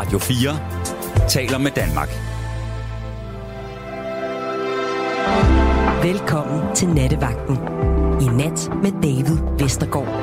Radio 4 taler med Danmark. Velkommen til Nattevagten. I nat med David Vestergaard.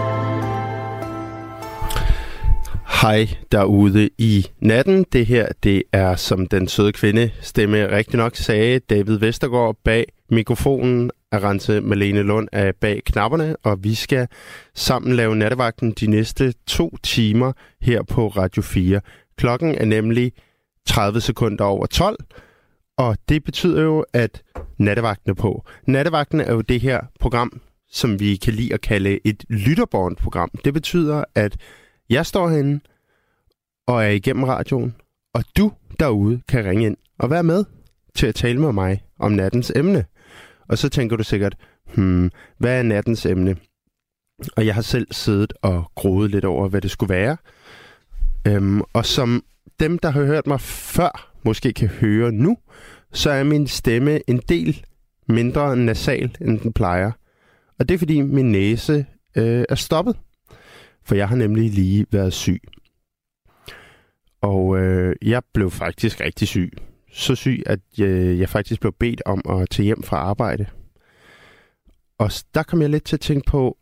Hej derude i natten. Det her, det er, som den søde kvinde stemme rigtig nok sagde, David Vestergaard bag mikrofonen. Arantxe Malene Lund er bag knapperne, og vi skal sammen lave Nattevagten de næste 2 timer her på Radio 4. Klokken er nemlig 30 sekunder over 12, og det betyder jo, at Nattevagten er på. Nattevagten er jo det her program, som vi kan lide at kalde et lytterbåndprogram. Det betyder, at jeg står herinde og er igennem radioen, og du derude kan ringe ind og være med til at tale med mig om nattens emne. Og så tænker du sikkert, hvad er nattens emne? Og jeg har selv siddet og groet lidt over, hvad det skulle være. Og som dem, der har hørt mig før, måske kan høre nu, så er min stemme en del mindre nasal, end den plejer. Og det er, fordi min næse er stoppet. For jeg har nemlig lige været syg. Og jeg blev faktisk rigtig syg. Så syg, at jeg faktisk blev bedt om at tage hjem fra arbejde. Og der kom jeg lidt til at tænke på,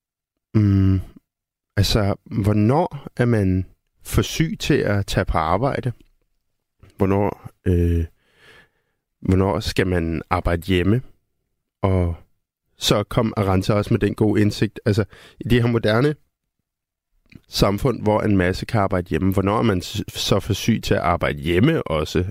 hvornår er man for syg til at tage på arbejde? Hvornår skal man arbejde hjemme? Og så kom Arantxe også med den gode indsigt. Altså, i det her moderne samfund, hvor en masse kan arbejde hjemme, hvornår er man så for syg til at arbejde hjemme også?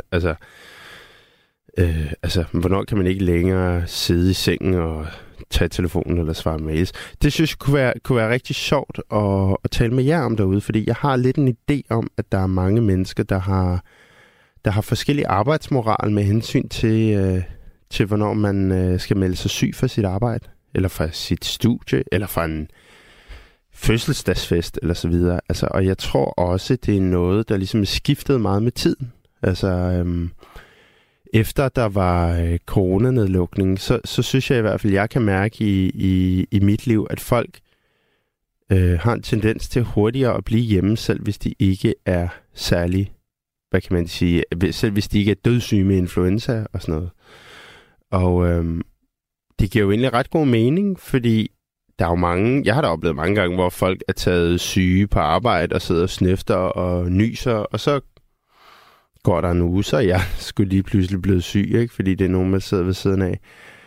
Hvornår kan man ikke længere sidde i sengen og tage telefonen eller svare mails? Det synes jeg kunne være rigtig sjovt at tale med jer om derude, fordi jeg har lidt en idé om, at der er mange mennesker, der har forskellige arbejdsmoral med hensyn til hvornår man skal melde sig syg for sit arbejde, eller for sit studie, eller for en fødselsdagsfest, eller så videre. Altså, og jeg tror også, det er noget, der ligesom er skiftet meget med tiden. Altså, efter der var coronanedlukning, så synes jeg i hvert fald, jeg kan mærke i mit liv, at folk har en tendens til hurtigere at blive hjemme, selv hvis de ikke er særlig, hvad kan man sige, selv hvis de ikke er dødssyge med influenza og sådan noget. Og det giver jo egentlig ret god mening, fordi der er jo mange, jeg har da oplevet mange gange, hvor folk er taget syge på arbejde og sidder og snifter og nyser, og så går der en uge, så jeg skulle lige pludselig blive syg, ikke? Fordi det er nogen, man sidder ved siden af.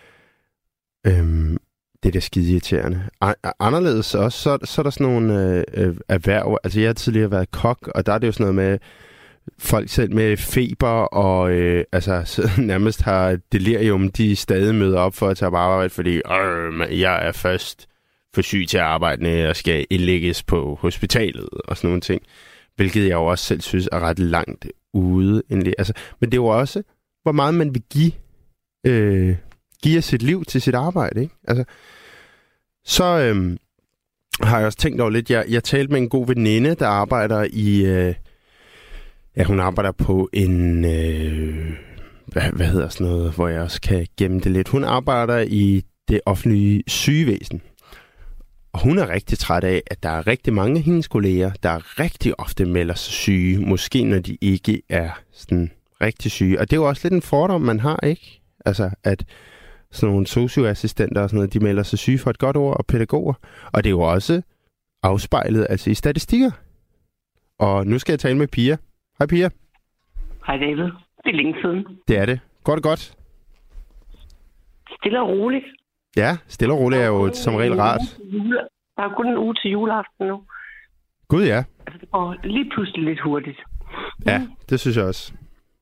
Det er da skide irriterende. Anderledes også, så er der sådan nogle erhverv. Altså, jeg har tidligere været kok, og der er det jo sådan noget med folk selv med feber, og nærmest har delirium, de stadig møder op for at tage på arbejde, fordi jeg er først for syg til at arbejde, og skal indlægges på hospitalet, og sådan nogle ting. Hvilket jeg jo også selv synes er ret langt ude. Altså, men det er jo også, hvor meget man vil give sit liv til sit arbejde, ikke? Altså, så har jeg også tænkt over lidt, jeg talte med en god veninde, der arbejder i hun arbejder på en hvad hedder sådan noget, hvor jeg også kan gemme det lidt. Hun arbejder i det offentlige sygevæsen. Og hun er rigtig træt af, at der er rigtig mange af hendes kolleger, der rigtig ofte melder sig syge, måske når de ikke er sådan rigtig syge. Og det er jo også lidt en fordom, man har, ikke? Altså, at sådan nogle socioassistenter og sådan noget, de melder sig syge for et godt ord, og pædagoger. Og det er jo også afspejlet altså i statistikker. Og nu skal jeg tale med Pia. Hej Pia. Hej David. Det er længe siden. Det er det. Går det godt? Stille og roligt. Ja, stille og roligt er jo som regel rart. Der er kun en uge til juleaften nu. Gud ja. Altså, det går lige pludselig lidt hurtigt. Ja, det synes jeg også.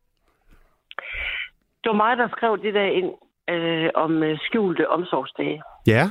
Det var mig, der skrev det der ind om skjulte omsorgsdage. Ja.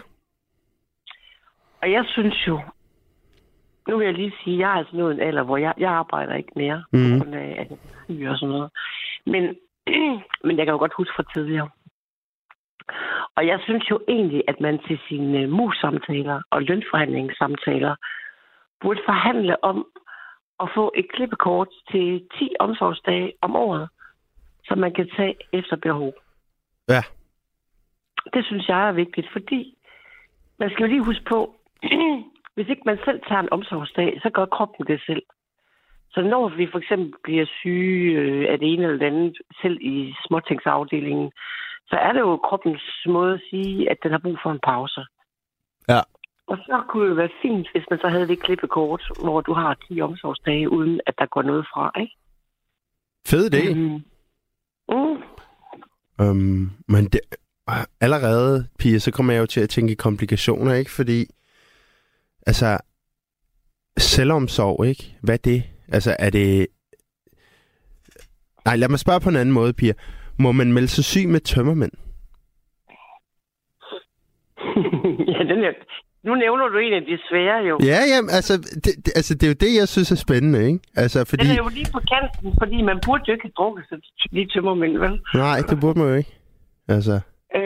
Og jeg synes jo, nu vil jeg lige sige, jeg er altså nået en alder, hvor jeg arbejder ikke mere. På grund af, at jeg er og sådan noget. Men jeg kan jo godt huske fra tidligere. Og jeg synes jo egentlig, at man til sine mus-samtaler og lønforhandlingssamtaler burde forhandle om at få et klippekort til 10 omsorgsdage om året, som man kan tage efter behov. Ja. Det synes jeg er vigtigt, fordi man skal jo lige huske på, hvis ikke man selv tager en omsorgsdag, så gør kroppen det selv. Så når vi for eksempel bliver syge af det ene eller det andet, selv i småtingsafdelingen, så er det jo kroppens måde at sige, at den har brug for en pause. Ja. Og så kunne det være fint, hvis man så havde det klippekort, hvor du har 10 omsorgsdage, uden at der går noget fra, ikke? Fed idé. Men det, allerede, Pia, så kommer jeg jo til at tænke i komplikationer, ikke? Fordi, altså, selvomsorg, ikke? Hvad er det? Altså, er det... Nej, lad mig spørge på en anden måde, Pia. Må man melde sig syg med tømmermænd? Ja, nu nævner du en af de svære, jo. Ja, jamen, det er jo det, jeg synes er spændende, ikke? Altså, fordi... Den er jo lige på kanten, fordi man burde jo ikke have drukket sig de tømmermænd, vel? Nej, det burde man jo ikke. Altså...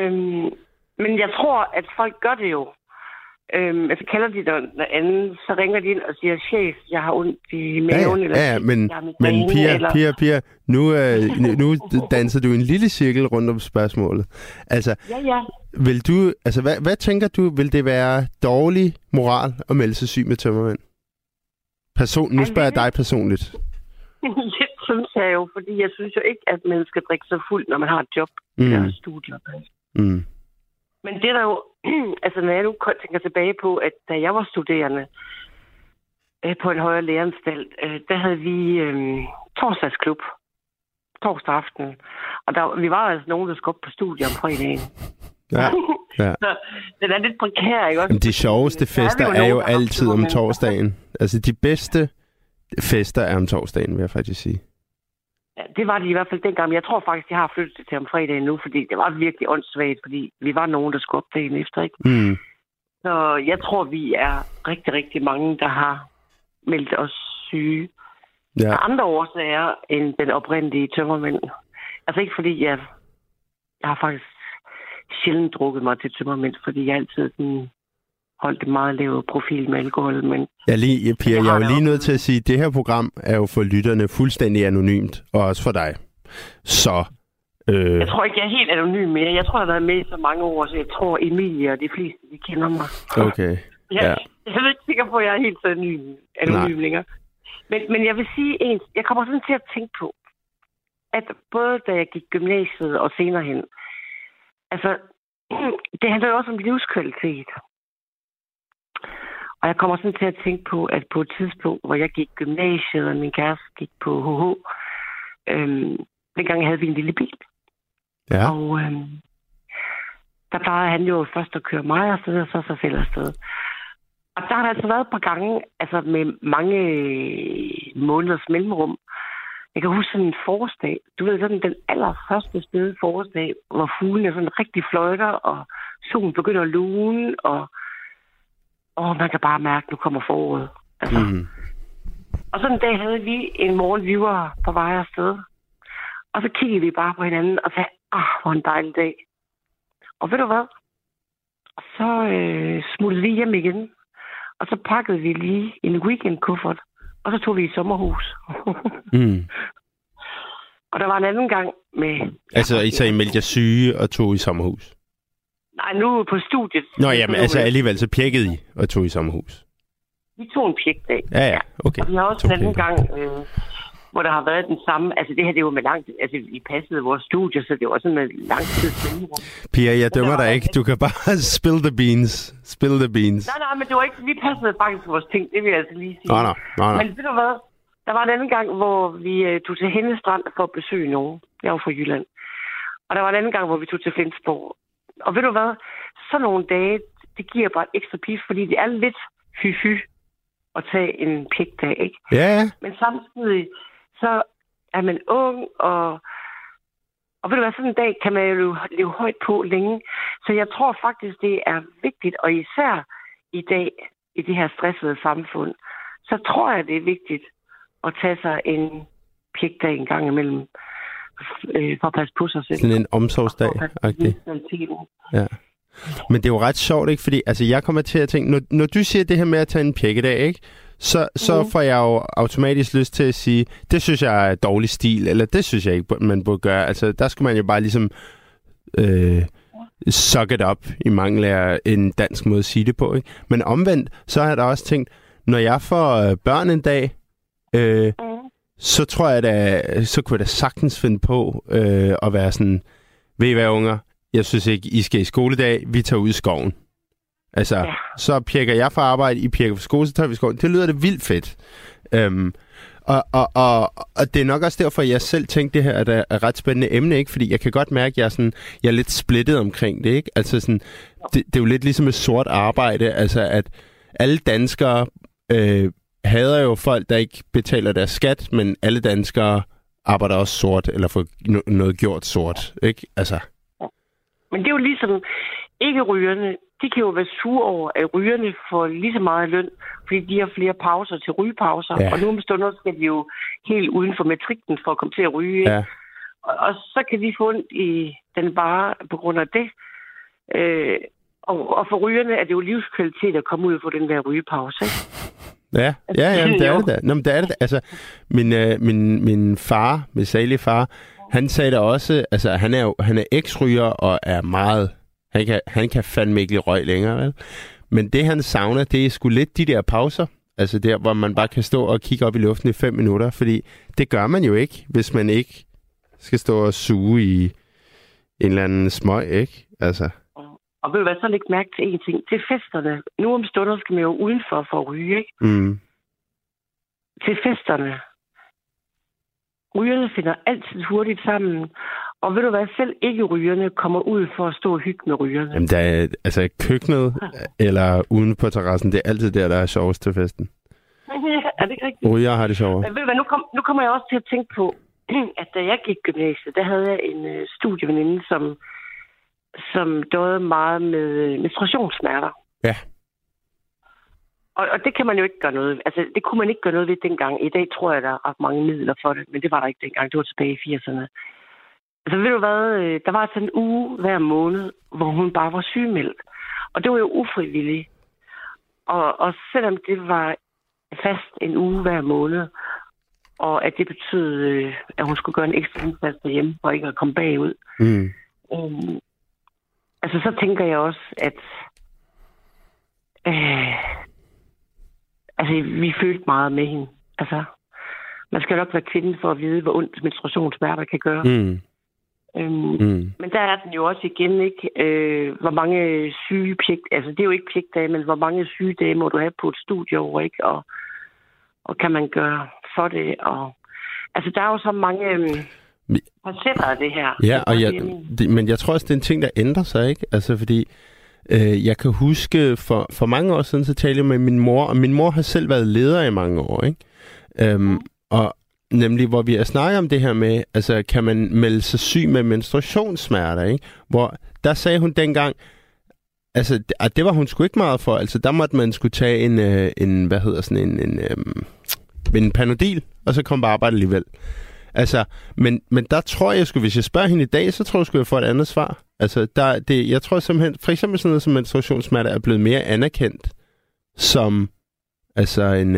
Men jeg tror, at folk gør det jo. Altså kalder de noget andet, så ringer de ind og siger, chef, jeg har ondt i maven. Men Pia, nu danser du en lille cirkel rundt om spørgsmålet. Altså, vil du, altså hvad tænker du, vil det være dårlig moral at melde sig syg med tømmermænd? Nu spørger jeg dig personligt. Det synes jeg jo, fordi jeg synes jo ikke, at man skal drikke sig fuld, når man har et job eller studier. Men det er der jo, altså når jeg nu tænker tilbage på, at da jeg var studerende på en højere læreanstalt, der havde vi torsdagsklub, torsdag aften. Og vi var altså nogen, der skulle op på studie om fredagen. Ja. Så den er lidt prekær, ikke også? Men de sjoveste fester er jo altid om torsdagen. Altså de bedste fester er om torsdagen, vil jeg faktisk sige. Ja, det var de i hvert fald dengang. Jeg tror faktisk, de har flyttet det til om fredagen nu, fordi det var virkelig åndssvagt, fordi vi var nogen, der skulle op dagen efter, ikke? Så jeg tror, vi er rigtig, rigtig mange, der har meldt os syge. Ja. Der er andre årsager end den oprindelige tømmermænd. Altså ikke fordi, jeg har faktisk sjældent drukket mig til tømmermænd, fordi jeg altid sådan holdt en meget lav profil med alkohol. Men Pia, jeg er jo lige nødt til at sige, at det her program er jo for lytterne fuldstændig anonymt, og også for dig. Så... Jeg tror ikke, jeg er helt anonym mere. Jeg tror, jeg har været med i så mange år, så jeg tror, Emilie og de fleste, de kender mig. Okay. Jeg er ikke sikker på, at jeg er helt så anonym længere. Men jeg vil sige jeg kommer sådan til at tænke på, at både da jeg gik gymnasiet og senere hen, altså, det handler jo også om livskvalitet. Og jeg kommer sådan til at tænke på, at på et tidspunkt, hvor jeg gik gymnasiet, og min kæreste gik på HH, dengang havde vi en lille bil. Ja. Og der plejede han jo først at køre mig afsted, og så sig selv afsted. Og der har der altså været et par gange, altså med mange måneders mellemrum. Jeg kan huske sådan en forårsdag. Du ved, sådan den allerførste spæde forårsdag, hvor fuglene sådan rigtig fløjter, og solen begynder at lune, og man kan bare mærke, at nu kommer foråret. Altså. Og sådan en dag havde vi en morgen, vi var på vej afsted. Og så kiggede vi bare på hinanden og sagde, hvor en dejlig dag. Og ved du hvad? Og så smuttede vi hjem igen. Og så pakkede vi lige en weekendkuffert. Og så tog vi i sommerhus. Og der var en anden gang med... Altså, I meldte jer syge og tog i sommerhus? Nej, nu på studiet. Nå, jamen, altså alligevel så pjekkede I og tog i sommerhus? Vi tog en pjekdag. Ja, okay. Og vi har også en anden gang... hvor der har været den samme... Altså, det her, det var med lang tid... Altså, vi passede vores studier, så det var sådan med lang tid siden. Pia, jeg dømmer dig ikke. Du kan bare spill the beans. Spill the beans. Nej, men det var ikke... Vi passede faktisk vores ting. Det vil jeg altså lige sige. Nå. Men ved du hvad? Der var en anden gang, hvor vi tog til Hennestrand for at besøge nogen. Jeg var fra Jylland. Og der var en anden gang, hvor vi tog til Flensborg. Og ved du hvad? Så nogle dage, det giver bare et ekstra pif, fordi det er lidt fy at tage en pjekdag, ikke? Ja. Men samtidig... så er man ung, og ved du hvad, sådan en dag kan man jo leve højt på længe. Så jeg tror faktisk, det er vigtigt, og især i dag, i det her stressede samfund, så tror jeg, det er vigtigt at tage sig en pjekdag en gang imellem, for at passe på sig selv. Sådan en omsorgsdag. Ja. Men det er jo ret sjovt, ikke? Fordi altså, jeg kommer til at tænke, når du siger det her med at tage en pjekkedag, ikke? Så får jeg jo automatisk lyst til at sige, det synes jeg er dårlig stil, eller det synes jeg ikke, man burde gøre. Altså, der skal man jo bare ligesom suck it up, i mangel af en dansk måde at sige det på, ikke? Men omvendt, så har jeg da også tænkt, når jeg får børn en dag, så tror jeg da, så kunne jeg da sagtens finde på at være sådan, ved I hvad, unger? Jeg synes ikke, I skal i skoledag. Vi tager ud i skoven. Altså, så pjekker jeg fra arbejde, I pjekker fra skole, så tager vi i skoven. Det lyder det vildt fedt. Og det er nok også derfor, jeg selv tænkte, det her er et ret spændende emne, ikke? Fordi jeg kan godt mærke, at jeg er lidt splittet omkring det, ikke? Altså sådan, det er jo lidt ligesom et sort arbejde, altså at alle danskere hader jo folk, der ikke betaler deres skat, men alle danskere arbejder også sort, eller får noget gjort sort, ikke? Altså. Men det er jo ligesom ikke-rygerne. De kan jo være sure over, at rygerne får lige så meget løn, fordi de har flere pauser til rygepauser. Ja. Og nu om stunder skal de jo helt uden for metrikken for at komme til at ryge. Ja. Og så kan de få ondt i den bare på grund af det. Og for rygerne er det jo livskvalitet at komme ud og få den der rygepause, ikke? Ja, men det er det da. Nå, men det er det da. Altså, min far, min salige far, han sagde da også, altså han er eks-ryger og er meget, han kan fandme ikke lide røg længere, vel? Men det han savner, det er sgu lidt de der pauser, altså der, hvor man bare kan stå og kigge op i luften i 5 minutter, fordi det gør man jo ikke, hvis man ikke skal stå og suge i en eller anden smøg, ikke? Altså. Og vil du hvad, så lægge mærke til en ting. Til festerne. Nu om stunder skal man jo udenfor for at ryge, ikke? Mm. Til festerne. Rygerne finder altid hurtigt sammen. Og ved du hvad, selv ikke rygerne kommer ud for at stå og hygge med rygerne. Jamen, der er, altså køkkenet eller uden på terrassen, det er altid der er sjovest til festen. Ja, er det ikke rigtigt? Ryger har det sjovere. Men ved du hvad, nu kommer jeg også til at tænke på, at da jeg gik gymnasiet, der havde jeg en studieveninde, som døde meget med menstruationssmerter. Ja. Og det kan man jo ikke gøre noget. Altså, det kunne man ikke gøre noget ved dengang. I dag tror jeg, der er ret mange midler for det, men det var der ikke dengang. Det var tilbage i 80'erne. Altså, ved du hvad? Der var sådan en uge hver måned, hvor hun bare var sygemeldt. Og det var jo ufrivilligt. Og selvom det var fast en uge hver måned, og at det betød, at hun skulle gøre en ekstra indsats derhjemme, for ikke at komme bagud. Mm. Altså, så tænker jeg også, at vi følte meget med hende. Altså, man skal nok være kvinde for at vide, hvor ondt menstruationssmerter kan gøre. Mm. Men der er den jo også igen, ikke? Hvor mange syge altså det er jo ikke pligtdage, men hvor mange sygedage må du have på et studieår, ikke? Og kan man gøre for det? Og altså, der er jo så mange facetter af det her. Ja, men jeg tror også, det er en ting, der ændrer sig, ikke? Altså, fordi jeg kan huske, for mange år siden, så talte jeg med min mor, og min mor har selv været leder i mange år, ikke? Og nemlig, hvor vi har snakket om det her med, altså, kan man melde sig syg med menstruationssmerter, ikke? Hvor der sagde hun dengang, altså, det var hun sgu ikke meget for, altså, der måtte man skulle tage en hvad hedder sådan en Panodil, og så komme på arbejde alligevel. Altså, men der tror jeg sgu, hvis jeg spørger hende i dag, så tror jeg sgu, jeg får et andet svar. Altså, jeg tror simpelthen, for eksempel sådan noget som menstruationssmerter er blevet mere anerkendt som altså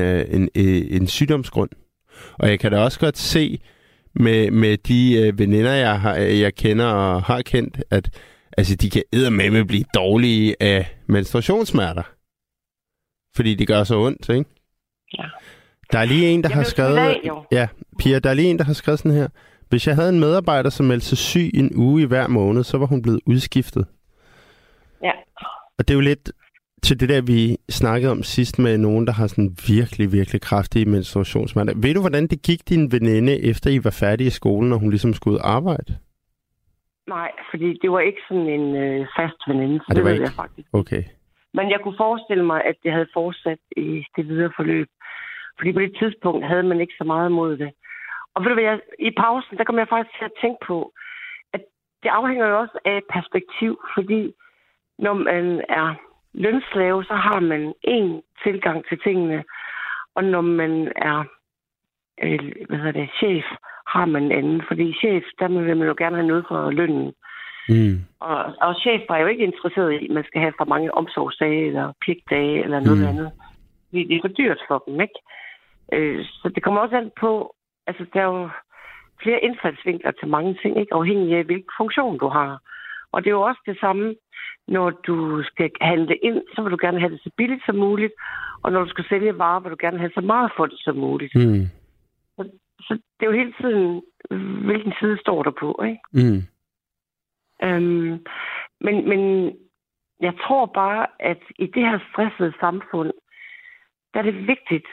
en sygdomsgrund. Og jeg kan da også godt se med de veninder, jeg kender og har kendt, at altså, de kan eddermame blive dårlige af menstruationssmerter. Fordi det gør så ondt, ikke? Ja. Der er lige en, der har skrevet... Ja, Pia, der er lige en, der har skrevet sådan her. Hvis jeg havde en medarbejder, som meldte sig syg en uge i hver måned, så var hun blevet udskiftet. Ja. Og det er jo lidt til det der, vi snakkede om sidst med nogen, der har sådan virkelig, virkelig kraftige menstruationssmerter. Ved du, hvordan det gik din veninde, efter I var færdige i skolen, og hun ligesom skulle ud og arbejde? Nej, fordi det var ikke sådan en fast veninde, så det ved jeg faktisk. Okay. Men jeg kunne forestille mig, at det havde fortsat i det videre forløb. Fordi på det tidspunkt havde man ikke så meget imod det. Og ved du hvad, i pausen, der kom jeg faktisk til at tænke på, at det afhænger jo også af perspektiv, fordi når man er lønslave, så har man en tilgang til tingene, og når man er chef, har man en anden. Fordi chef, der vil man jo gerne have noget for lønnen. Mm. Og chef var jo ikke interesseret i, at man skal have for mange omsorgsdage, eller pligtdage, eller noget andet. Fordi det er for dyrt for dem, ikke? Så det kommer også an på, altså der er jo flere indfaldsvinkler til mange ting, ikke? Afhængig af, hvilken funktion du har. Og det er jo også det samme, når du skal handle ind, så vil du gerne have det så billigt som muligt, og når du skal sælge varer, vil du gerne have så meget for det som muligt. Mm. så det er jo hele tiden, hvilken side står der på, ikke? Mm. Men jeg tror bare, at i det her stressede samfund, der er det vigtigt.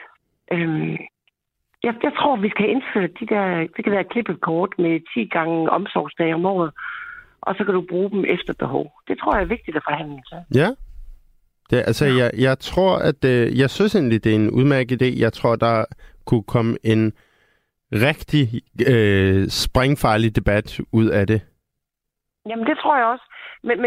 Jeg tror, vi skal indføre det kan være klippet kort med 10 gange omsorgsdage om året, og så kan du bruge dem efter behov. Det tror jeg er vigtigt at forhandle sig. Ja. Jeg tror, at jeg synes egentlig, det er en udmærket idé. Jeg tror, der kunne komme en rigtig springfarlig debat ud af det. Jamen, det tror jeg også. Men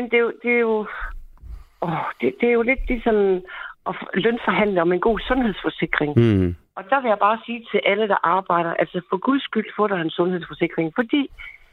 det er jo lidt ligesom at lønforhandle om en god sundhedsforsikring. Mm. Og der vil jeg bare sige til alle, der arbejder, altså for guds skyld, få dig en sundhedsforsikring, fordi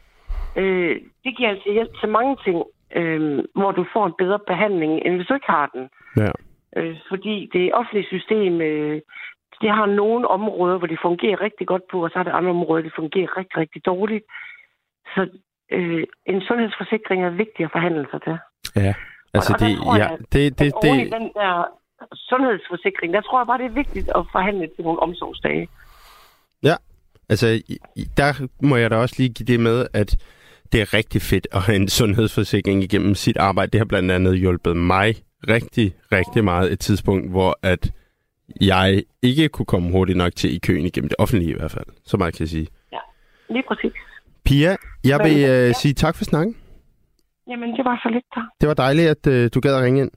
det giver altså hjælp til mange ting, hvor du får en bedre behandling, end hvis du ikke har den. Ja. Fordi det offentlige system, det har nogle områder, hvor det fungerer rigtig godt på, og så er det andre områder, det fungerer rigtig, rigtig dårligt. Så en sundhedsforsikring er vigtig at forhandle sig til. Ja, altså og det den der sundhedsforsikring, der tror jeg bare, det er vigtigt at forhandle til nogle omsorgsdage. Ja, altså der må jeg da også lige give det med, at det er rigtig fedt at have en sundhedsforsikring igennem sit arbejde. Det har blandt andet hjulpet mig rigtig, rigtig meget et tidspunkt, hvor at jeg ikke kunne komme hurtigt nok til i køen igennem det offentlige i hvert fald. Så meget kan jeg sige. Ja, lige præcis. Pia, jeg vil sige tak for snakken. Jamen, det var så lidt, der. Det var dejligt, at du gad at ringe ind.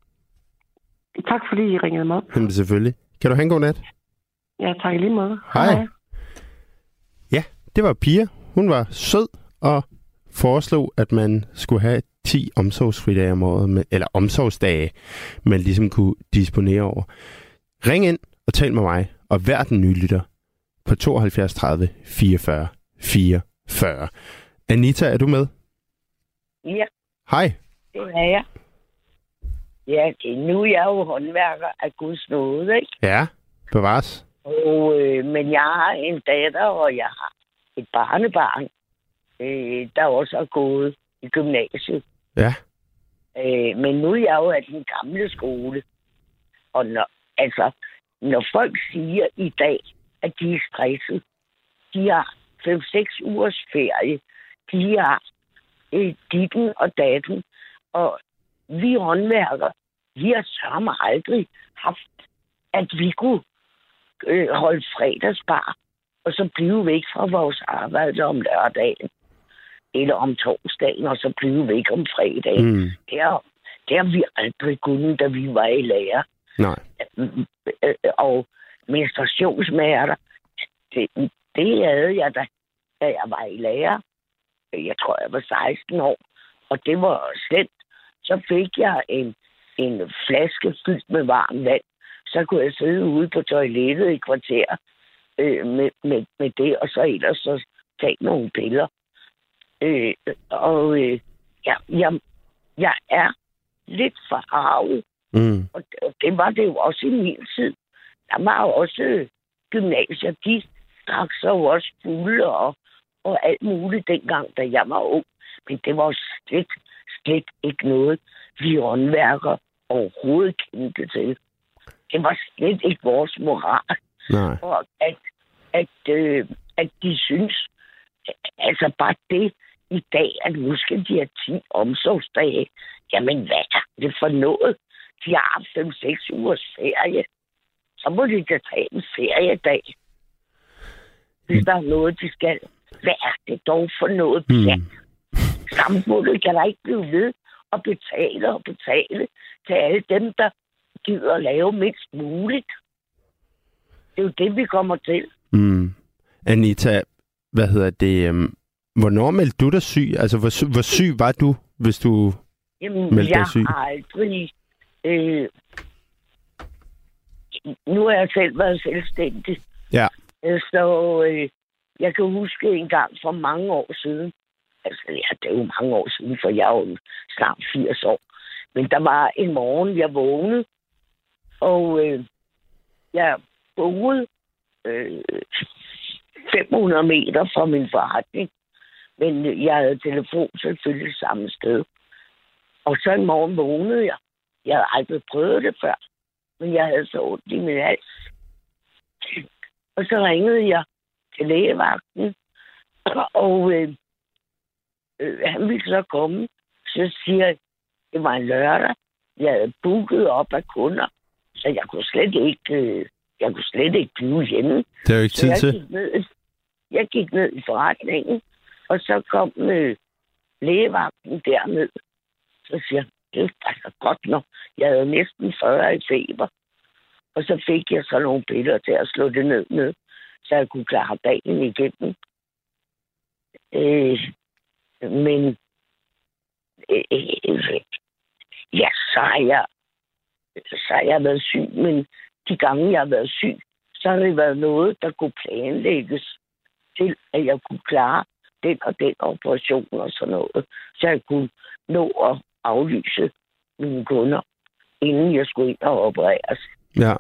Tak fordi I ringede mig op. Jamen selvfølgelig. Kan du have en god nat? Ja, tak i lige måde. Hej. Ja, det var Pia. Hun var sød og foreslog, at man skulle have 10 omsorgsfridage om året, eller omsorgsdage, man ligesom kunne disponere over. Ring ind og tal med mig, og vær den nye lytter på 72 30 44 44. Anita, er du med? Ja. Hej. Det er jeg. Ja, nu er jeg jo håndværker af Guds nåde, ikke? Ja, bevares. Men jeg har en datter, og jeg har et barnebarn, der også har gået i gymnasiet. Ja. Men nu er jeg jo af den gamle skole. Og når folk siger i dag, at de er stresset, de har 5-6 ugers ferie, de har ditten og datten, og vi håndværkere, vi har sørme aldrig haft, at vi kunne holde fredagsbar, og så blive væk fra vores arbejde om lørdagen, eller om torsdagen, og så blive væk om fredagen. Mm. Det har vi aldrig kunnet, da vi var i lærer. Nej. Og menstruationssmerter, det havde jeg da jeg var i lærer. Jeg tror, jeg var 16 år, og det var slemt. Så fik jeg en flaske fyldt med varmt vand. Så kunne jeg sidde ude på toilettet i kvarter med det, og så ellers så tage nogle piller. Jeg er lidt forarvet. Mm. Og det var det jo også i min tid. Der var jo også gymnasier, de drak så jo også fulde og alt muligt dengang, da jeg var ung. Men det var slet ikke noget, vi håndværkere overhovedet kendte til. Det var slet ikke vores moral. Nej. Og at de synes, altså bare det i dag, at nu skal de have 10 omsorgsdage. Jamen, hvad er det for noget? De har haft 5-6 ugers ferie. Så må de da tage en feriedag. Hvis der er noget, de skal. Hvad er det dog for noget pjat? Samfundet kan da ikke blive ved at betale til alle dem, der gider at lave mindst muligt. Det er jo det, vi kommer til. Mm. Anita, hvornår meldte du dig syg? Altså, hvor syg var du, hvis du meldte dig syg? Jeg har aldrig... nu har jeg selv været selvstændig. Ja. Så jeg kan huske en gang for mange år siden. Altså, ja, det er jo mange år siden, for jeg er jo snart 80 år. Men der var en morgen, jeg vågnede, og jeg boede 500 meter fra min forretning. Men jeg havde telefon selvfølgelig samme sted. Og så en morgen vågnede jeg. Jeg havde aldrig prøvet det før, men jeg havde så ondt i min hals. Og så ringede jeg til lægevagten, og han ville så komme. Så siger jeg, det var en lørdag. Jeg havde booket op af kunder, så jeg kunne slet ikke blive hjemme. Det er jo ikke tid til. Jeg gik ned i forretningen, og så kom lægevagten derned. Så siger jeg, det er altså godt nok. Jeg havde næsten 40 i feber. Og så fik jeg så nogle piller til at slå det ned med, så jeg kunne klare dagen igennem. Men ja, så har jeg været syg, men de gange, jeg har været syg, så har det været noget, der kunne planlægges til, at jeg kunne klare den og den operation og sådan noget, så jeg kunne nå at aflyse mine kunder, inden jeg skulle ind og opereres. Ja.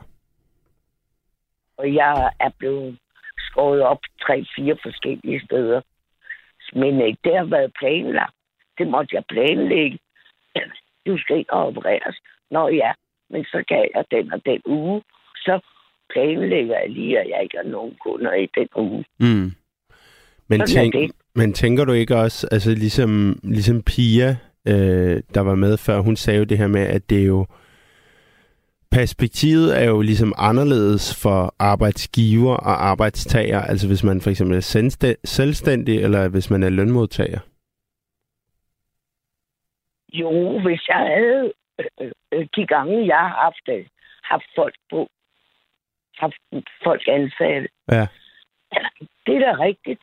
Og jeg er blevet skåret op 3-4 forskellige steder. Men det har været planlagt. Det måtte jeg planlægge. Du skal ind og opereres. Nå ja, men så kan jeg den og den uge. Så planlægger jeg lige, at jeg ikke har nogen kunder i den uge. Mm. Men tænker du ikke også, altså ligesom Pia, der var med før, hun sagde jo det her med, at det er jo perspektivet er jo ligesom anderledes for arbejdsgiver og arbejdstager, altså hvis man for eksempel er selvstændig, eller hvis man er lønmodtager. Jo, hvis jeg havde de gange, jeg har haft folk ansatte. Ja. Det er da rigtigt.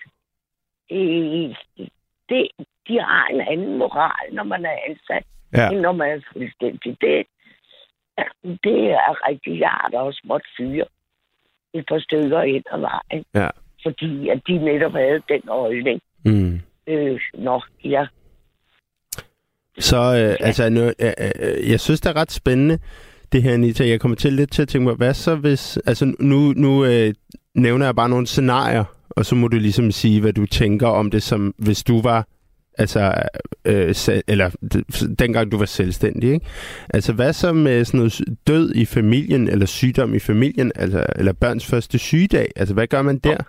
De har en anden moral, når man er ansat, end når man er selvstændig. Det er rigtigt. Jeg har da også måttet fyre et par stykker ind ad vejen. Ja. Fordi at de netop havde den holdning. Mm. Ja. Så jeg synes, det er ret spændende, det her, Anita. Jeg kommer til at tænke mig, hvad så hvis... Altså nu nævner jeg bare nogle scenarier, og så må du ligesom sige, hvad du tænker om det, som hvis du var... Altså, eller dengang du var selvstændig, ikke? Altså, hvad så med sådan noget død i familien, eller sygdom i familien, altså, eller børns første sygedag? Altså, hvad gør man der?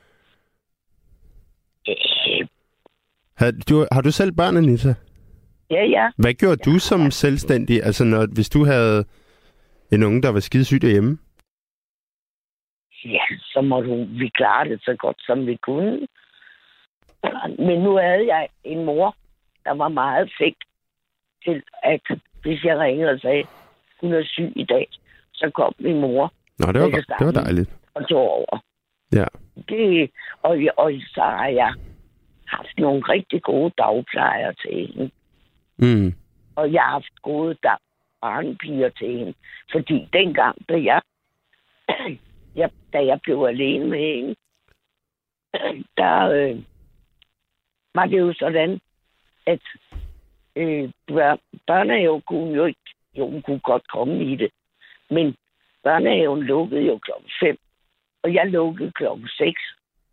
Har du selv børn, Anita? Ja. Hvad gjorde du som selvstændig, altså hvis du havde en unge, der var skidesyg derhjemme? Ja, så måtte vi klare det så godt, som vi kunne. Men nu havde jeg en mor, der var meget fik til, at hvis jeg ringede og sagde, hun er syg i dag, så kom min mor. Nå, det var dejligt. Og tog over. Ja. Og så har jeg haft nogle rigtig gode dagplejere til hende. Mm. Og jeg har haft gode barnepiger til hende. Fordi dengang, da jeg blev alene med hende, der var det jo sådan, at børnehaven kunne jo ikke, hun kunne godt komme i det, men børnehaven lukkede jo 5:00, og jeg lukkede 6:00.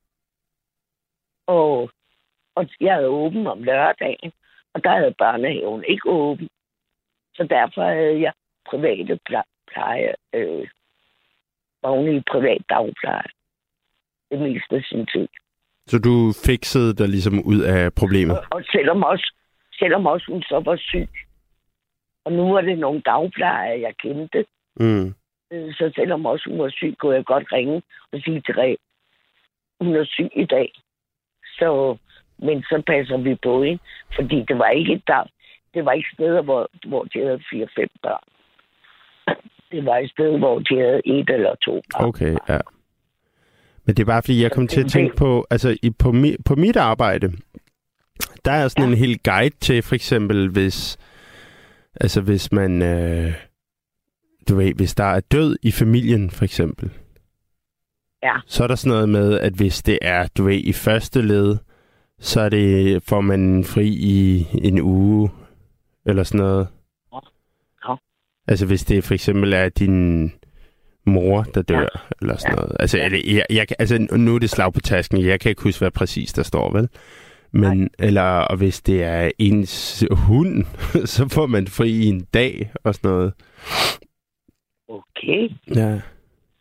Og jeg havde åben om lørdagen, og der havde børnehaven ikke åben. Så derfor havde jeg private pleje, oven i privat dagpleje, det meste af sin tid. Så du fiksede dig ligesom ud af problemet? Og selvom også hun så var syg. Og nu var det nogle dagplejere, jeg kendte. Mm. Så selvom også hun var syg, kunne jeg godt ringe og sige til Ræ, hun er syg i dag. Men så passer vi på hende, fordi det var ikke steder, hvor de havde 4-5 børn. Det var et sted, hvor de havde 1 eller 2 børn. Okay, ja. Men det er bare, fordi jeg kom til at tænke på, altså på mit arbejde, der er sådan en hel guide til, for eksempel, hvis man, hvis der er død i familien, for eksempel. Ja. Så er der sådan noget med, at hvis det er, i første led, så er det, får man fri i en uge, eller sådan noget. Ja. Altså hvis det for eksempel er din mor, der dør, eller sådan noget. Altså, nu er det slag på tasken. Jeg kan ikke huske, hvad præcis der står, vel? Men, og hvis det er ens hund, så får man fri i en dag, og sådan noget. Okay. Ja.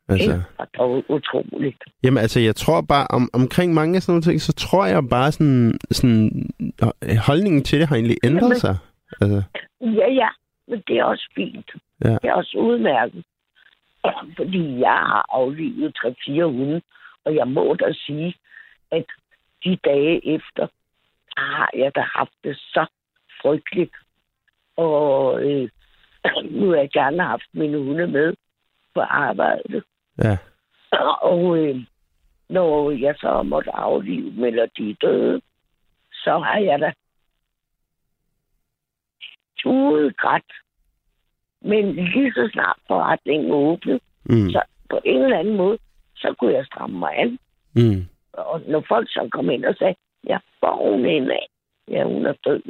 Altså, det var dog utroligt. Jamen altså, jeg tror bare, omkring mange af sådan nogle ting, så tror jeg bare sådan holdningen til det har egentlig ændret sig. Altså. Ja, men det er også fint. Ja. Det er også udmærket. Fordi jeg har aflivet 3-4 hunde, og jeg må da sige, at de dage efter, har jeg da haft det så frygteligt. Og nu har jeg gerne haft mine hunde med på arbejdet. Ja. Og når jeg så måtte aflive dem, eller de er døde, så har jeg da tudet grædt. Men lige så snart forretningen åbnede, så på en eller anden måde, så kunne jeg stramme mig an. Og når folk så kom ind og sagde, jeg får hun ind af, ja, hun er død.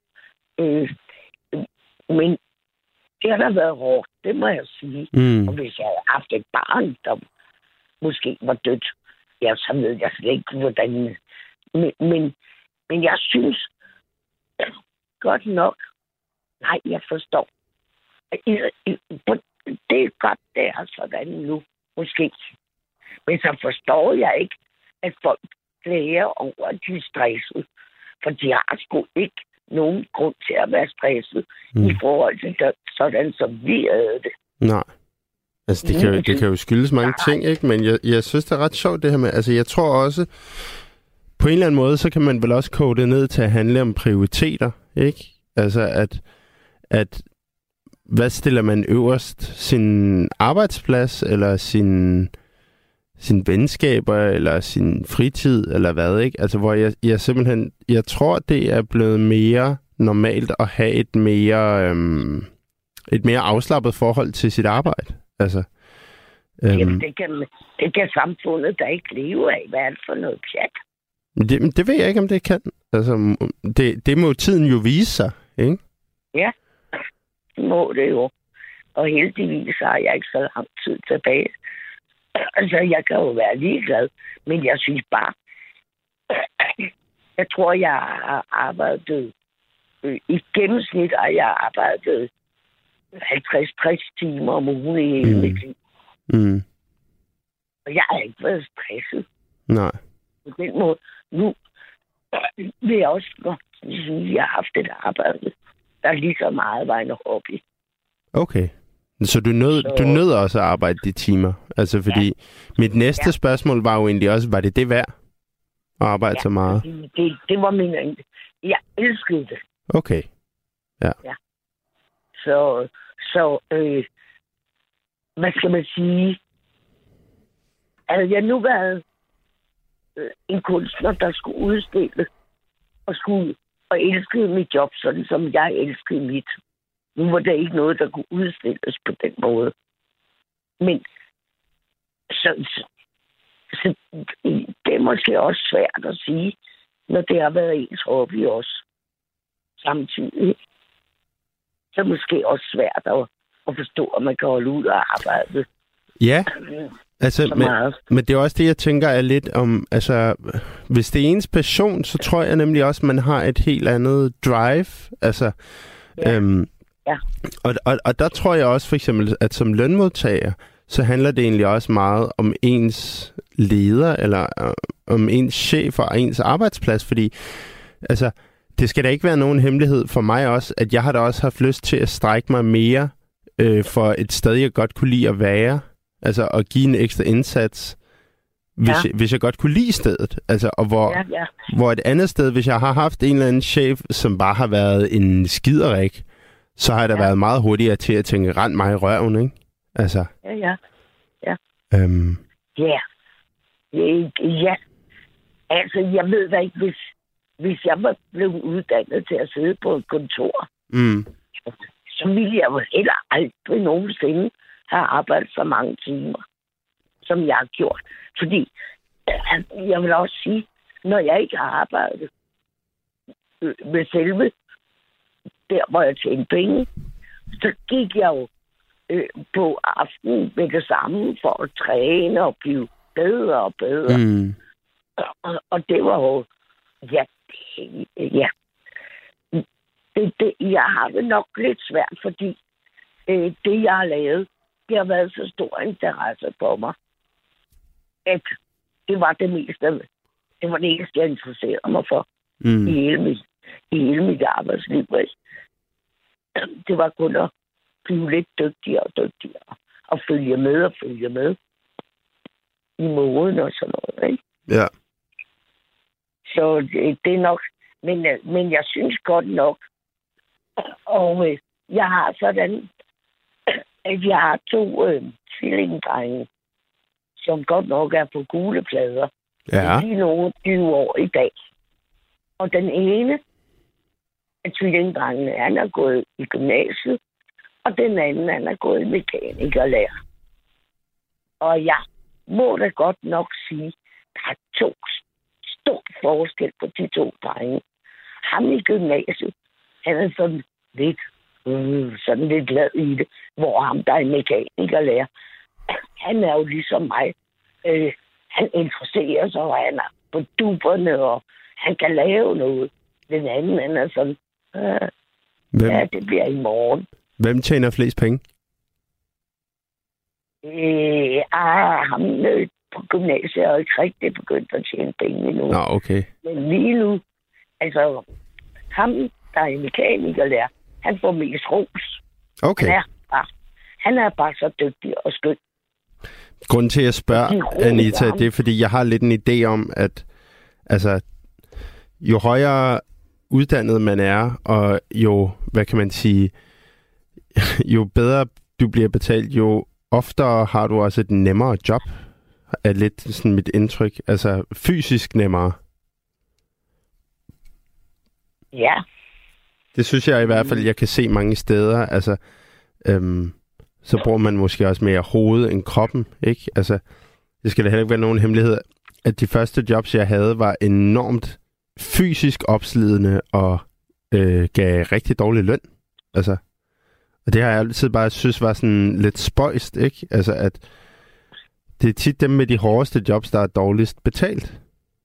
Men det har da været hårdt, det må jeg sige. Og hvis jeg havde haft et barn, der måske var dødt, ja, så ved jeg slet ikke, hvordan. Men jeg synes godt nok, nej, jeg forstår. Det er godt, det er sådan nu, måske. Men så forstår jeg ikke, at folk klager over, at de er stresset. For de har sgu ikke nogen grund til at være stresset i forhold til det, sådan, som vi havde det. Nej. Altså, det kan jo skyldes mange ting, ikke? Men jeg synes, det er ret sjovt, det her med. Altså, jeg tror også, på en eller anden måde, så kan man vel også koge det ned til at handle om prioriteter, ikke? Altså, at hvad stiller man øverst? Sin arbejdsplads, eller sin venskaber, eller sin fritid, eller hvad, ikke? Altså, hvor jeg simpelthen, jeg tror, det er blevet mere normalt at have et mere afslappet forhold til sit arbejde. Altså, Jamen, det kan samfundet da ikke leve af. Hvad er det for noget pjat? Det ved jeg ikke, om det kan. Altså, det må tiden jo vise sig, ikke? Ja, det må det jo. Og heldigvis har jeg ikke så lang tid tilbage. Altså, jeg kan jo være ligeglad, men jeg synes bare, jeg tror, jeg har arbejdet, i gennemsnit har jeg arbejdet 50-60 timer om ugen i hele mit liv. Og jeg har ikke været stresset. Nej. På den måde. Nu vil jeg også godt sige, at jeg har haft et arbejde, der lige så meget var en hobby. Okay. Så du nød også at arbejde de timer? Altså, fordi mit næste spørgsmål var jo egentlig også, var det værd at arbejde så meget? Det var min... Jeg elskede det. Okay. Ja. Så hvad skal man sige? Altså, jeg nu været en kunstner, der skulle udstille og elskede mit job, sådan som jeg elskede mit. Nu var der ikke noget, der kunne udstilles på den måde. Men så det er måske også svært at sige, når det har været ens hobby også samtidig. Så er det måske også svært at forstå, at man kan holde ud og arbejde. Ja, altså, men det er også det, jeg tænker er lidt om, altså, hvis det er ens passion, så tror jeg nemlig også, at man har et helt andet drive. Altså, Og der tror jeg også for eksempel, at som lønmodtager, så handler det egentlig også meget om ens leder, eller om ens chef og ens arbejdsplads, fordi altså, det skal da ikke være nogen hemmelighed for mig også, at jeg har da også haft lyst til at strække mig mere for et sted, jeg godt kunne lide at være, altså at give en ekstra indsats, hvis jeg godt kunne lide stedet. Altså, og hvor et andet sted, hvis jeg har haft en eller anden chef, som bare har været en skiderik, så har jeg da været meget hurtigere til at tænke, rend mig i røven, ikke? Altså. Ja. Altså, jeg ved da ikke, hvis jeg var blevet uddannet til at sidde på et kontor, så ville jeg jo heller aldrig nogensinde have arbejdet så mange timer, som jeg har gjort. Fordi, jeg vil også sige, når jeg ikke har arbejdet med selve der, hvor jeg tjente penge, så gik jeg jo på aftenen med det samme for at træne og blive bedre og bedre. Og det var jo, jeg har det nok lidt svært, fordi det, jeg har lavet, det har været så stor interesse for mig, at det var det meste. Det var det eneste, jeg interesserede mig for i hele mit arbejdsliv. Det var kun at blive lidt dygtigere og dygtigere. Og følge med i moden og sådan noget, ikke? Ja. Så det er nok... Men jeg synes godt nok, og jeg har sådan, at jeg har 2 tvillingedrenge, som godt nok er på gule plader. Ja. De er nogle 20 år i dag. Og den ene af tvillingedrengene, han er gået i gymnasiet, og den anden, han er gået i mekanikerlærer. Og jeg må da godt nok sige, der er stor forskel på de 2 drenge. Ham i gymnasiet, han er sådan lidt glad i det, hvor ham, der er mekanikerlærer, han er jo ligesom mig. Han interesserer sig, og han er på duberne, og han kan lave noget. Den anden, han er sådan, ja, det bliver i morgen. Hvem tjener flest penge? Ham på gymnasiet er jo ikke rigtig begyndt at tjene penge endnu. Nå, okay. Men lige nu, altså, ham, der er mekanikerlærer, han får mest ros. Okay. Han er bare så dygtig og skøn. Grunden til, at jeg spørger, Anita, det er, fordi jeg har lidt en idé om, at altså, jo højere uddannet man er, og jo, hvad kan man sige, jo bedre du bliver betalt, jo oftere har du også et nemmere job, er lidt sådan mit indtryk. Altså fysisk nemmere. Ja. Det synes jeg i hvert fald, jeg kan se mange steder. Altså, så bruger man måske også mere hovedet end kroppen, ikke? Altså, det skal da heller ikke være nogen hemmelighed, at de første jobs, jeg havde, var enormt fysisk opslidende og gav rigtig dårlig løn. Altså, og det har jeg altid bare synes var sådan lidt spøjst, ikke? Altså, at det er tit dem med de hårdeste jobs, der er dårligst betalt.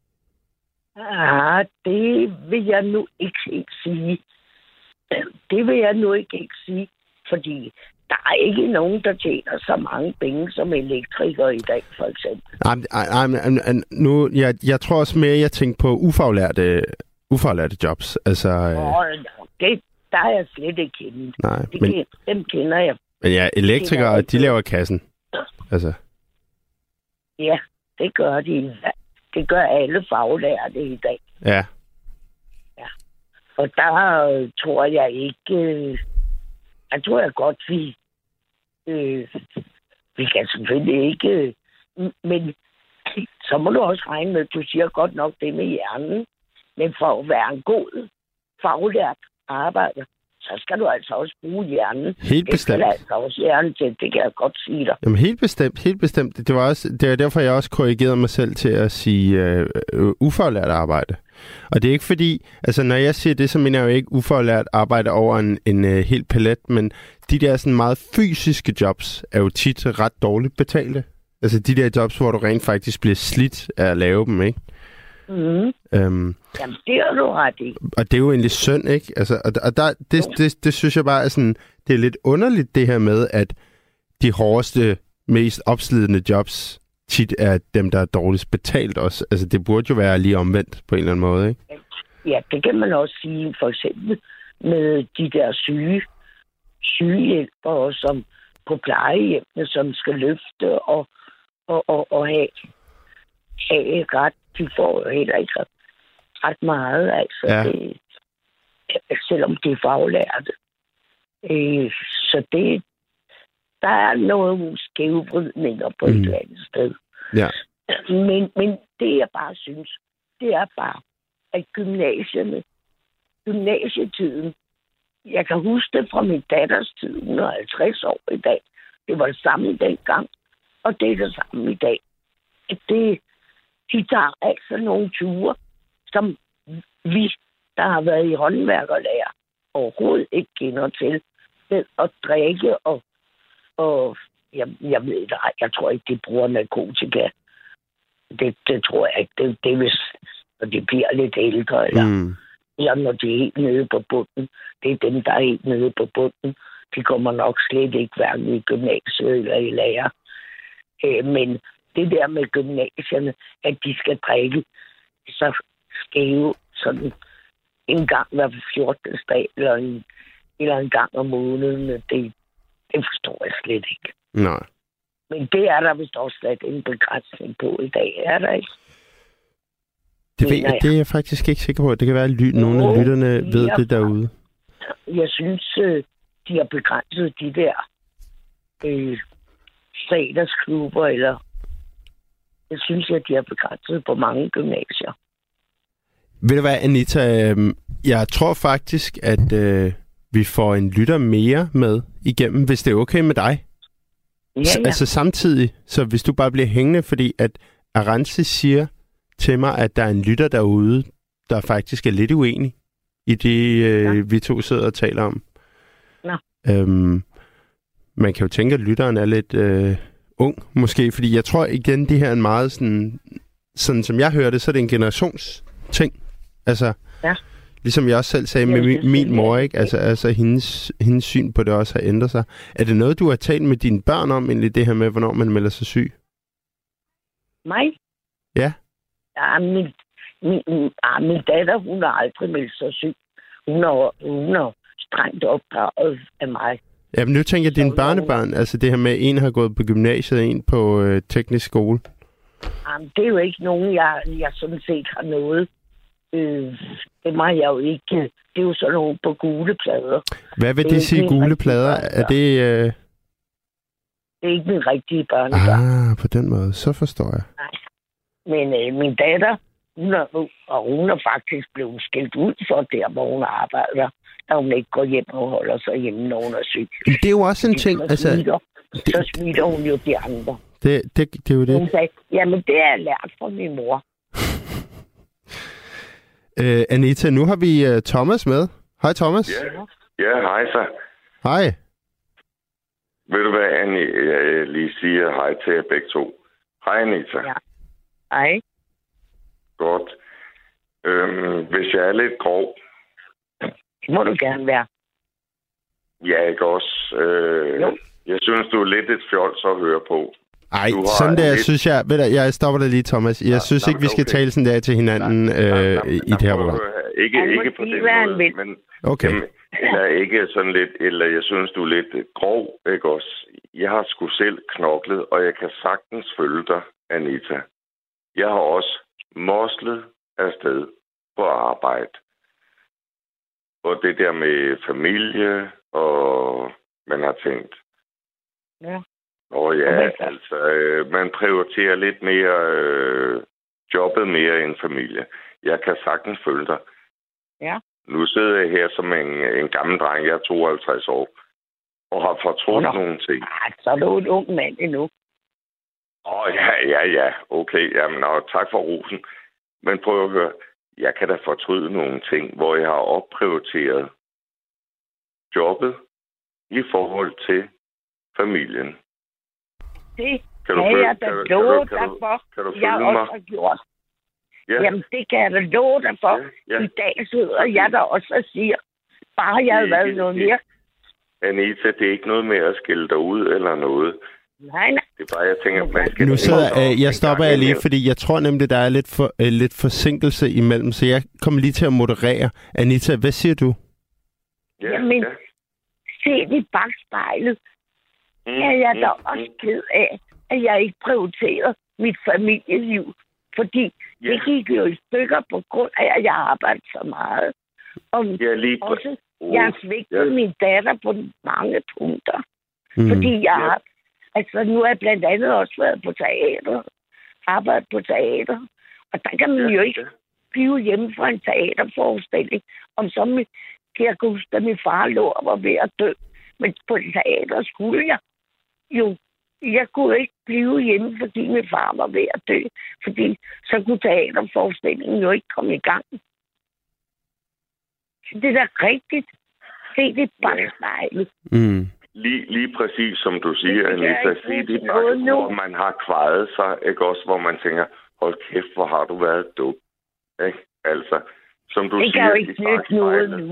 Det vil jeg nu ikke helt sige. Det vil jeg nu ikke sige, fordi der er ikke nogen, der tjener så mange penge som elektrikere i dag, for eksempel. Nu, jeg tror også mere, jeg tænker på ufaglærte jobs. Altså, der er jeg slet ikke kendt. Nej, dem kender jeg. Men ja, elektrikere, de laver kassen. Altså. Ja, det gør de. Det gør alle faglærte i dag. Ja. Og der tror jeg ikke... Jeg tror jeg godt, vi kan selvfølgelig ikke... Men så må du også regne med, du siger godt nok det med hjernen. Men for at være en god faglært arbejder, så skal du altså også bruge hjernen. Helt bestemt. Det skal altså også hjernen til, det kan jeg godt sige dig. Jamen helt bestemt. Det var derfor, jeg også korrigerede mig selv til at sige ufaglært arbejde. Og det er ikke fordi, altså når jeg siger det, så mener jeg jo ikke ufaglært arbejde over en hel palet, men de der sådan meget fysiske jobs er jo tit ret dårligt betalte. Altså de der jobs, hvor du rent faktisk bliver slidt af at lave dem, ikke? Mm. Jamen, det er du ret i. Og det er jo egentlig synd, ikke? Altså, og det synes jeg bare er sådan, det er lidt underligt det her med, at de hårdeste, mest opslidende jobs tit er dem, der er dårligst betalt også. Altså, det burde jo være lige omvendt på en eller anden måde, ikke? Ja, det kan man også sige, for eksempel med de der sygehjælpere, som på plejehjemmene, som skal løfte og have ret. De får jo heller ikke ret meget, altså. Ja. Selvom de er faglærte. Så der er nogle skævvridninger på et eller andet sted. Ja. Men det, jeg bare synes, det er bare, at gymnasietiden, jeg kan huske det fra min datters tid, 150 år i dag. Det var det samme dengang, og det er det samme i dag. De tager altså nogle ture, som vi, der har været i håndværkerlærer, overhovedet ikke kender til. Med at drikke og jeg ved det, jeg tror ikke, de bruger narkotika. Det tror jeg ikke. Det er hvis, når de bliver lidt ældre, eller når de er helt nede på bunden. Det er dem, der er helt nede på bunden. Det kommer nok slet ikke hverken i gymnasiet eller i lærer. Men det der med gymnasierne, at de skal drikke så skæve sådan en gang hver 14. dag, eller en gang om måneden, det forstår jeg slet ikke. Nej. Men det er der vist også slet en begrænsning på i dag, er der ikke? Det er jeg faktisk ikke sikker på. Det kan være, at nogle af lytterne ved det derude. Jeg synes, de har begrænset de der fredagsklubber, eller jeg synes, at de har begrænset på mange gymnasier. Ved du hvad, Anita? Jeg tror faktisk, at vi får en lytter mere med igennem, hvis det er okay med dig. Ja. Altså samtidig, så hvis du bare bliver hængende, fordi at Arantxa siger til mig, at der er en lytter derude, der faktisk er lidt uenig i det, vi to sidder og taler om. Nå. Man kan jo tænke, at lytteren er lidt ung, måske, fordi jeg tror igen, det her er en meget sådan som jeg hører det, så er det en generationsting. Altså, ligesom jeg også selv sagde med min mor, ikke? Altså hendes syn på det også har ændret sig. Er det noget, du har talt med dine børn om, egentlig det her med, hvornår man melder sig syg? Mig? Ja. Ja, min datter, hun har aldrig meldt sig syg. Hun er strengt opdraget af mig. Ja, men nu tænker jeg dine børnebørn, altså det her med, en har gået på gymnasiet, en på teknisk skole. Jamen, det er jo ikke nogen, jeg sådan set har noget. Det må jeg jo ikke. Det er jo sådan nogle på gule plader. Hvad vil det sige, gule plader? Er det... Det er ikke min rigtige børnebørn. På den måde. Så forstår jeg. Nej. Men min datter, hun er faktisk blevet skilt ud for der, hvor hun arbejder. At hun ikke går hjem og holder sig hjemme, når hun er syg. Det er jo også en ting. Så smitter hun jo de andre. Det er jo det. Hun sagde, jamen det er jeg lært fra min mor. Anita, nu har vi Thomas med. Hej Thomas. Ja, hej så. Hej. Ved du hvad, Annie, jeg lige siger hej til jer begge to. Hej Anita. Ja. Hej. Godt. Hvis jeg er lidt grov. Det må du gerne være. Ja, ikke også? Jeg synes, du er lidt et fjols at høre på. Ej, sådan der, synes jeg... Ved du, jeg stopper dig lige, Thomas. Jeg synes ikke, vi skal tale sådan der til hinanden i det her program. Ikke på den måde, men... Okay. Eller ikke sådan lidt... Eller jeg synes, du er lidt grov, ikke også? Jeg har sgu selv knoklet, og jeg kan sagtens følge dig, Anita. Jeg har også moslet afsted på arbejde. Og det der med familie, og man har tænkt... Ja. Altså, man prioriterer lidt mere jobbet mere end familie. Jeg kan sagtens følge dig. Ja. Nu sidder jeg her som en gammel dreng, jeg er 52 år, og har fortrudt nogle ting. Så er du en ung mand endnu. Ja, okay, jamen, tak for rosen. Men prøv at høre, jeg kan da fortryde nogle ting, hvor jeg har opprioriteret jobbet i forhold til familien. Det kan jeg da love dig for, jeg også har gjort. Ja. Jamen, det kan jeg da love dig for. Ja. I dag sidder jeg der også og siger, bare jeg havde været noget mere. Anita, det er ikke noget med at skille dig ud eller noget. Nej. Det er bare, jeg tænker, man skal... Nu sidder jeg stopper jeg lige, fordi jeg tror nemlig, der er lidt forsinkelse imellem, så jeg kommer lige til at moderere. Anita, hvad siger du? Jamen, se i bagspejlet. Er jeg da også ked af, at jeg ikke prioriterer mit familieliv. Fordi det gik jo i stykker på grund af, at jeg arbejder så meget. Og også, jeg har svigtet min datter på mange punkter. Fordi jeg har... Altså, nu har jeg blandt andet også været på teater. Arbejdet på teater. Og der kan man jo ikke blive hjemme fra en teaterforestilling. Om så kan jeg huske, at min far lå og var ved at dø. Men på teater skulle jeg jo... Jeg kunne ikke blive hjemme, fordi min far var ved at dø. Fordi så kunne teaterforestillingen jo ikke komme i gang. Så det er da rigtigt. Se det bagspejlet. Lige præcis som du siger, Anita. Se det bagspejlet, hvor man har kvaret sig, ikke også? Hvor man tænker, hold kæft, hvor har du været dum. Ikke? Altså, som du det siger, kan jo ikke nytte noget nu.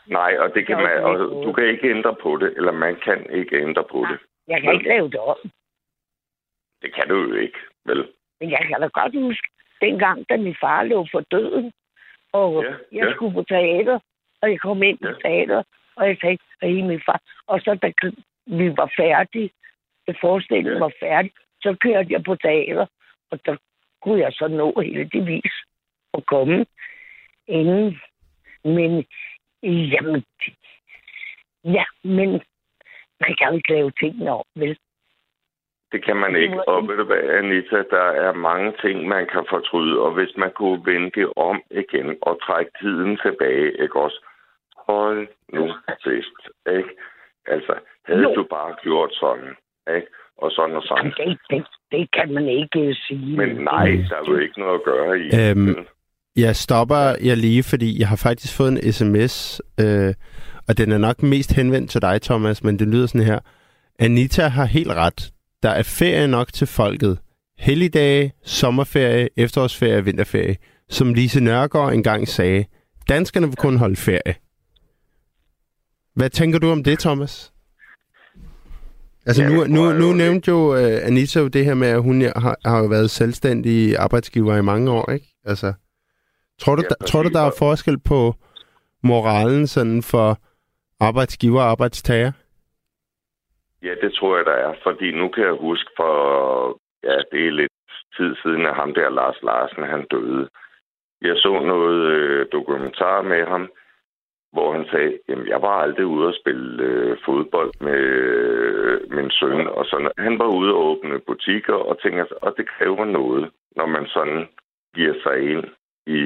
Nej, og det kan man, og du kan ikke ændre på det, eller man kan ikke ændre på det. Jeg kan ikke lave det om. Det kan du jo ikke, vel? Men jeg kan da godt huske, dengang, da min far lå for døden, og jeg skulle på teater, og jeg kom ind på teater, og jeg sagde, hey, min far. Og så da vi var færdige, da forestillingen var færdig, så kørte jeg på teater, og der kunne jeg så nå heldigvis at komme inden. Men, jamen, ja, men man kan jo ikke lave tingene om, vel? Det kan man ikke. Og ved du hvad, Anita, der er mange ting, man kan fortryde. Og hvis man kunne vende det om igen og trække tiden tilbage, ikke også? Hold nu fest, ikke? Altså, havde du bare gjort sådan, ikke? Og sådan og sådan. Det kan man ikke sige. Men nej, der er jo ikke noget at gøre i. Jeg stopper jer lige, fordi jeg har faktisk fået en sms, og den er nok mest henvendt til dig, Thomas, men det lyder sådan her. Anita har helt ret. Der er ferie nok til folket. Helligdage, sommerferie, efterårsferie, vinterferie. Som Lise Nørgaard engang sagde, danskerne vil kun holde ferie. Hvad tænker du om det, Thomas? Altså nu nævnte jo Anita jo det her med, at hun har jo været selvstændig arbejdsgiver i mange år, ikke? Altså, tror du, der er forskel på moralen sådan for arbejdsgiver og arbejdstager? Ja, det tror jeg, der er. Fordi nu kan jeg huske for, det er lidt tid siden, at ham der, Lars Larsen, han døde. Jeg så noget dokumentar med ham, hvor han sagde, jamen, jeg var aldrig ude at spille fodbold med min søn. Og sådan. Han var ude at åbne butikker og tænker, og det kræver noget, når man sådan giver sig ind i,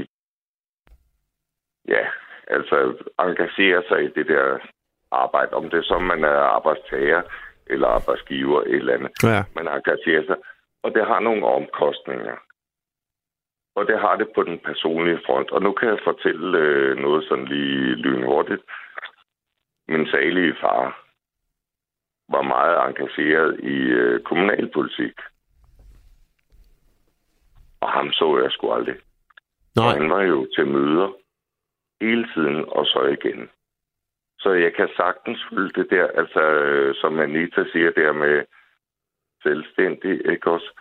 engagerer sig i det der arbejde. Om det er som man er arbejdstager eller arbejdsgiver, et eller andet. Ja. Man engagerer sig. Og det har nogle omkostninger. Og det har det på den personlige front. Og nu kan jeg fortælle noget sådan lige lynhurtigt. Min salige far var meget engageret i kommunalpolitik. Og ham så jeg sgu aldrig. Nej. Og han var jo til møder hele tiden, og så igen. Så jeg kan sagtens følge det der, altså som Anita siger der med selvstændig, ikke også?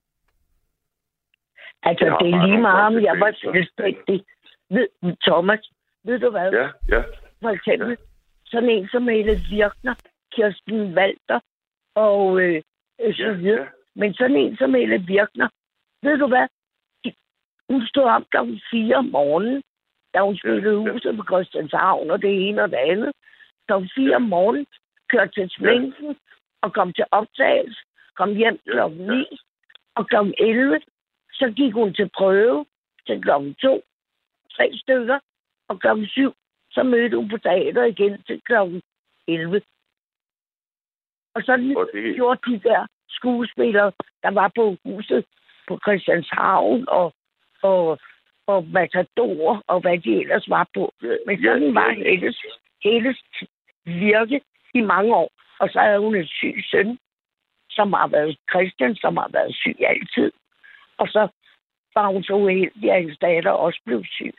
Altså, det er lige meget, om jeg var selvstændig. Thomas, ved du hvad? Ja. For eksempel, sådan en som Helle Virkner, Kirsten Walter og så videre. Ja. Men sådan en som Helle Virkner, ved du hvad? Hun stod op kl. 4 om morgenen, da hun flyttede huset på Christianshavn og det ene og det andet. Kl. 4 om morgenen, kørte til sminken og kom til optagelse, kom hjem kl. 9 og kl. 11. Så gik hun til prøve til kl. 2, 3 stykker, og kl. 7, så mødte hun på teater igen til kl. 11. Og sådan gjorde de der skuespillere, der var på huset på Christianshavn og Matador og hvad de ellers var på. Men sådan var Helles virke i mange år. Og så havde hun en syg søn, som har været Christian, som har været syg altid. Og så var hun så uheldig, at hendes datter også blev syg.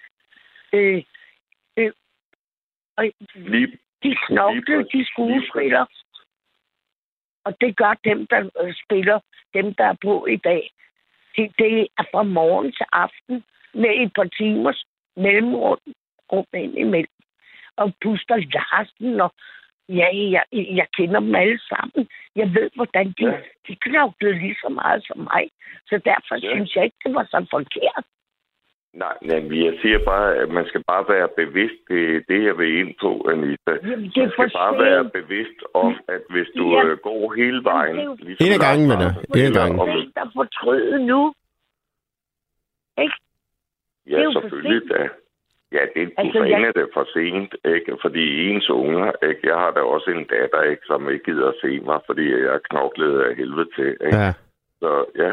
Og de knoklede, de skuespillere. Og det gør dem, der spiller, dem, der er på i dag. Det er fra morgen til aften med et par timers mellemrum ind imellem. Og Buster Larsen og jeg kender dem alle sammen. Jeg ved, hvordan de knoklede lige så meget som mig. Så derfor synes jeg ikke, det var så forkert. Nej, jeg siger bare, at man skal bare være bevidst. Det jeg vil ind på, Anita. Jamen, man skal bare være bevidst om, at hvis du går hele vejen... Ligesom en af gangen, venner. En af gangen. Det er ikke der fortryde nu. Ikke? Ja, selvfølgelig da. Ja, det er det for sent, ikke? Fordi ens unger, ikke? Jeg har da også en datter, ikke, som ikke gider at se mig, fordi jeg er knoklet af helvede til, ikke? Ja. Så, ja.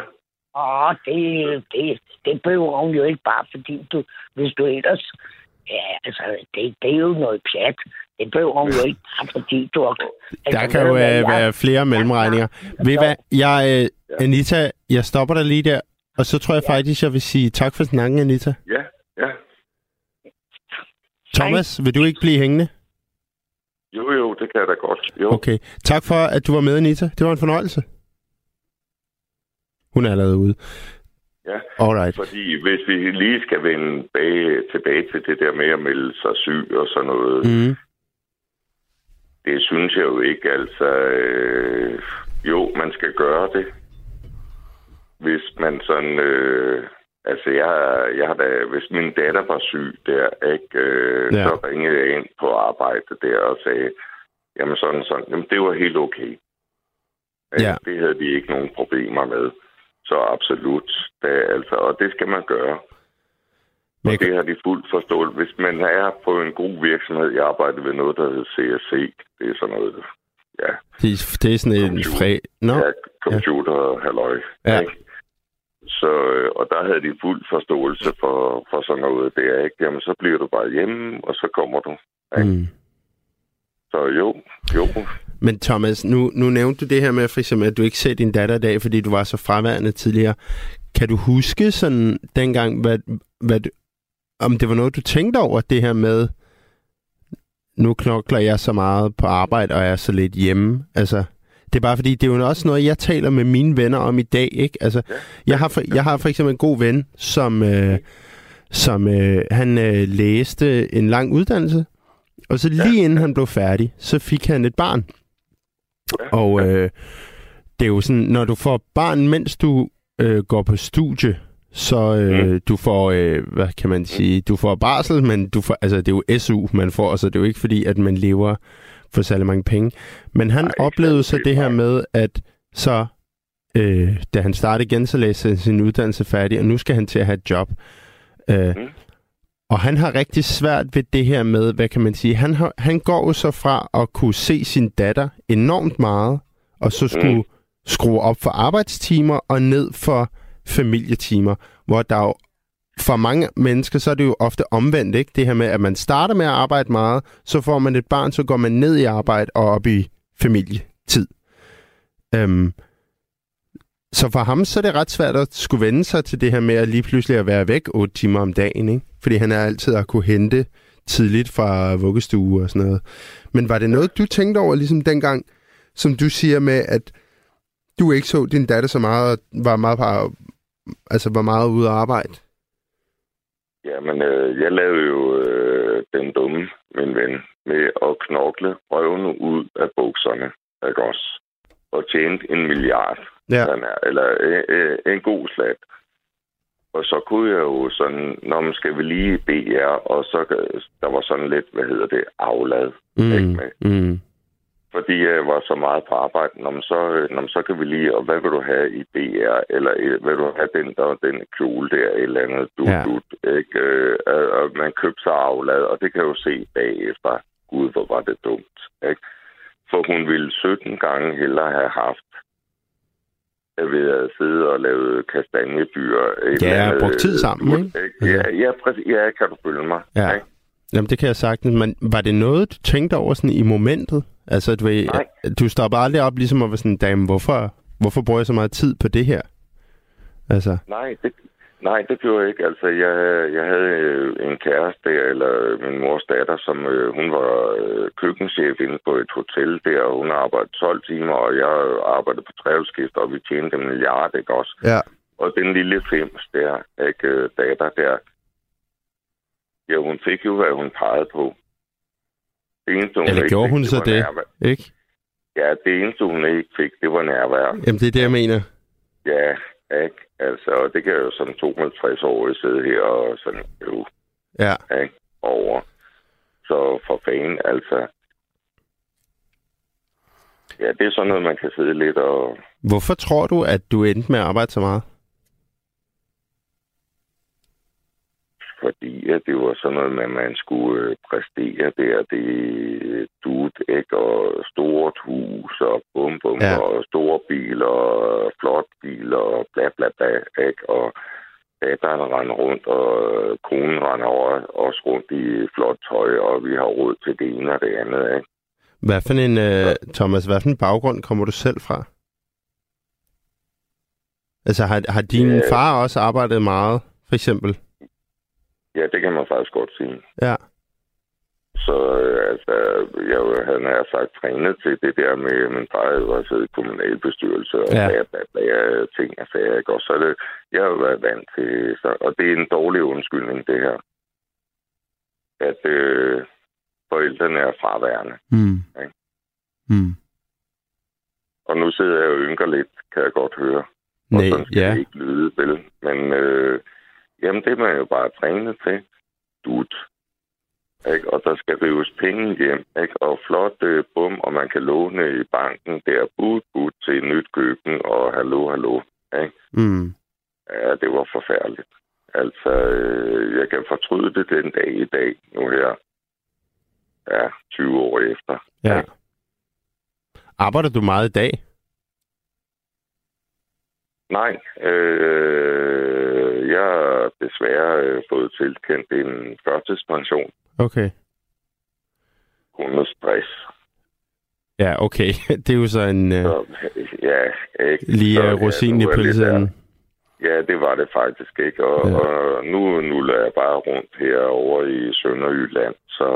Det behøver hun jo ikke bare, fordi hvis du ellers... Ja, altså, det er jo noget pjat. Det behøver hun jo ikke bare, fordi du... Altså, der kan jo være flere mellemregninger. Ved I hvad? Anita, jeg stopper dig lige der, og så tror jeg faktisk, jeg vil sige tak for snakken, Anita. Ja. Thomas, vil du ikke blive hængende? Jo, det kan jeg da godt. Jo. Okay. Tak for, at du var med, Anita. Det var en fornøjelse. Hun er allerede ude. Ja, alright. Fordi hvis vi lige skal vende tilbage til det der med at melde sig syg og sådan noget, det synes jeg jo ikke. Altså, jo, man skal gøre det. Hvis man sådan... altså, jeg har da... Hvis min datter var syg der, ikke, så ringede jeg ind på arbejdet der og sagde, jamen sådan, jamen det var helt okay. Ja. Det havde de ikke nogen problemer med. Så absolut. Og det skal man gøre. Og det har de fuldt forstået. Hvis man er på en god virksomhed, jeg arbejder ved noget, der hedder CSC. Det er sådan noget, ja. Det er sådan en Ja, computer-halløj. Ja. Ikke? Så, og der havde de fuld forståelse for sådan noget der, ikke? Jamen, så bliver du bare hjemme, og så kommer du. Ikke? Så jo. Men Thomas, nu nævnte du det her med, for eksempel, at du ikke ser din datter i dag, fordi du var så fraværende tidligere. Kan du huske sådan dengang, om det var noget, du tænkte over, det her med, nu knokler jeg så meget på arbejde, og jeg er så lidt hjemme? Altså, det er bare fordi, det er jo også noget, jeg taler med mine venner om i dag, ikke? Altså, jeg har for eksempel en god ven, som han læste en lang uddannelse, og så lige inden han blev færdig, så fik han et barn. Og det er jo sådan, når du får barn, mens du går på studie, så du får, hvad kan man sige, du får barsel, men du får, altså det er jo SU, man får, så det er jo ikke fordi, at man lever for særlig mange penge. Men han oplevede så det her med, at så, da han startede igen, så læste han sin uddannelse færdig, og nu skal han til at have et job. Og han har rigtig svært ved det her med, hvad kan man sige, han går jo så fra at kunne se sin datter enormt meget, og så skulle skrue op for arbejdstimer og ned for familietimer, hvor der jo for mange mennesker, så er det jo ofte omvendt, ikke? Det her med, at man starter med at arbejde meget, så får man et barn, så går man ned i arbejde og op i familietid. Så for ham, så er det ret svært at skulle vende sig til det her med at lige pludselig at være væk 8 timer om dagen, ikke? Fordi han er altid at kunne hente tidligt fra vuggestue og sådan noget. Men var det noget, du tænkte over ligesom dengang, som du siger med, at du ikke så din datter så meget, var meget ude at arbejde? Jamen, jeg lavede jo den dumme, min ven, med at knokle røvene ud af bukserne, ikke også? Og tjente 1 milliard. Ja. Eller en god slat. Og så kunne jeg jo sådan, når man skal vi lige BR, og så der var sådan lidt, aflad. Ikke med. Fordi jeg var så meget på arbejde, så kan vi lige, og hvad vil du have i BR, eller vil du have den kjole der, eller andet, ikke? Og man købte sig aflad, og det kan jeg jo se bagefter. Gud, hvor var det dumt, ikke? For hun ville 17 gange hellere have haft ved at sidde og lave kastanjedyr. Ja, og brugt tid sammen, ikke? Ja, præcis. Ja, kan du følge mig? Ja. Ikke? Jamen, det kan jeg sagtens. Men var det noget, du tænkte over sådan i momentet? Altså, du stopper aldrig op ligesom at være sådan, dame, hvorfor bruger jeg så meget tid på det her? Altså. Nej, det gjorde jeg ikke. Altså, jeg havde en kæreste, eller min mors datter, som hun var køkkenchef inde på et hotel der, og hun arbejdede 12 timer, og jeg arbejdede på trævelskift, og vi tjente 1 milliard, ikke også? Ja. Og den lille fems der, ikke, datter der, ja, hun fik jo, hvad hun pegede på. Det eneste, hun eller gjorde hun så det, ikke? Ja, det eneste, hun ikke fik, det var nærvær. Jamen, det er det, jeg mener. Ja, ikke? Altså, det kan jo som 52 år sidde her og sådan, jo. Ja. Ikke? Over. Så for fanden, altså. Ja, det er sådan noget, man kan sidde lidt og... Hvorfor tror du, at du endte med at arbejde så meget? Fordi at det var sådan noget med, at man skulle præstere der. Det dudt, ikke? Og stort hus og bum, ja. Og store biler og flot biler og bla bla bla, ikke? Og datteren render rundt, og konen render også rundt i flot tøj, og vi har råd til det ene og det andet, ikke? Hvad for en, Thomas, hvad for en baggrund kommer du selv fra? Altså, har din far også arbejdet meget, for eksempel? Ja, det kan man faktisk godt sige. Ja. Så han har sagt trænet til det der med, min far var siddet i kommunalbestyrelse og ting og sager, ikke? Og så det, jeg har jo været vant til, og det er en dårlig undskyldning, det her. At forældrene er fraværende. Ikke? Og nu sidder jeg og ynker lidt, kan jeg godt høre. Og sådan skal det ikke lyde, vel? Men jamen, det er man jo bare trænet til. Ikke? Og der skal rives penge hjem, ikke? Og flot bum, og man kan låne i banken der, bud til et nyt køkken, og hallo, ikke? Ja, det var forfærdeligt. Altså, jeg kan fortryde det den dag i dag, nu her. Ja, 20 år efter. Ja. Arbejder du meget i dag? Nej. Jeg har desværre fået tilkendt en førtidspension. Okay. Grundet stress. Ja, okay. Det er jo så en... ikke? Lige rosinen i pølsen. Ja, det var det faktisk ikke. Og nu lader jeg bare rundt herovre i Sønderjylland. Så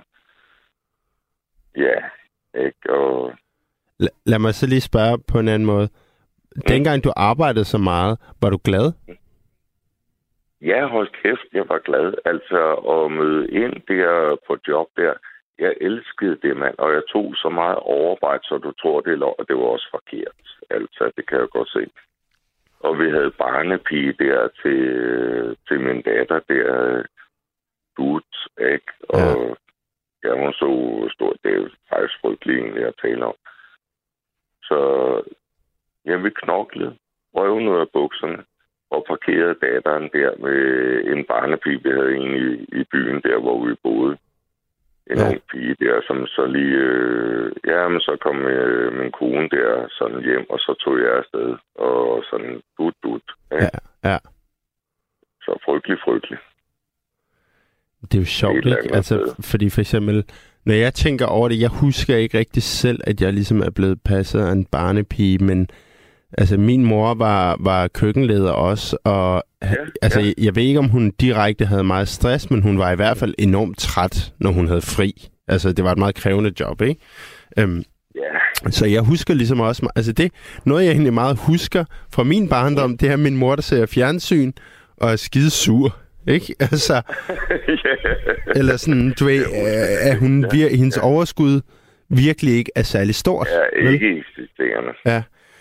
ja, ikke? Og... Lad mig så lige spørge på en anden måde. Dengang du arbejdede så meget, var du glad? Ja, hold kæft, jeg var glad. Altså at møde ind der på job der. Jeg elskede det, mand. Og jeg tog så meget overarbejde, så du tror, det var også forkert. Altså, det kan jeg godt se. Og vi havde barnepige der til min datter der. Ikke? Og hun så stort. Det er faktisk frygteligt egentlig at tale om. Så vi knoklede. Røven ud af bukserne. Og parkerede datteren der med en barnepige, vi havde en i byen der, hvor vi boede. En ung pige der, som så lige... men så kom min kone der sådan hjem, og så tog jeg afsted. Og sådan dut. Ja. Så frygtelig. Det er jo sjovt, ikke? Altså, fordi for eksempel, når jeg tænker over det, jeg husker ikke rigtig selv, at jeg ligesom er blevet passet af en barnepige, men altså, min mor var køkkenleder også, og jeg ved ikke, om hun direkte havde meget stress, men hun var i hvert fald enormt træt, når hun havde fri. Altså, det var et meget krævende job, ikke? Så jeg husker ligesom også... Altså, det noget, jeg egentlig meget husker fra min barndom, det er min mor, der ser fjernsyn og er skide sur, ikke? Altså... Eller sådan, du ved, at hendes overskud virkelig ikke er særlig stort. Ja, ikke eksisterende. Ja.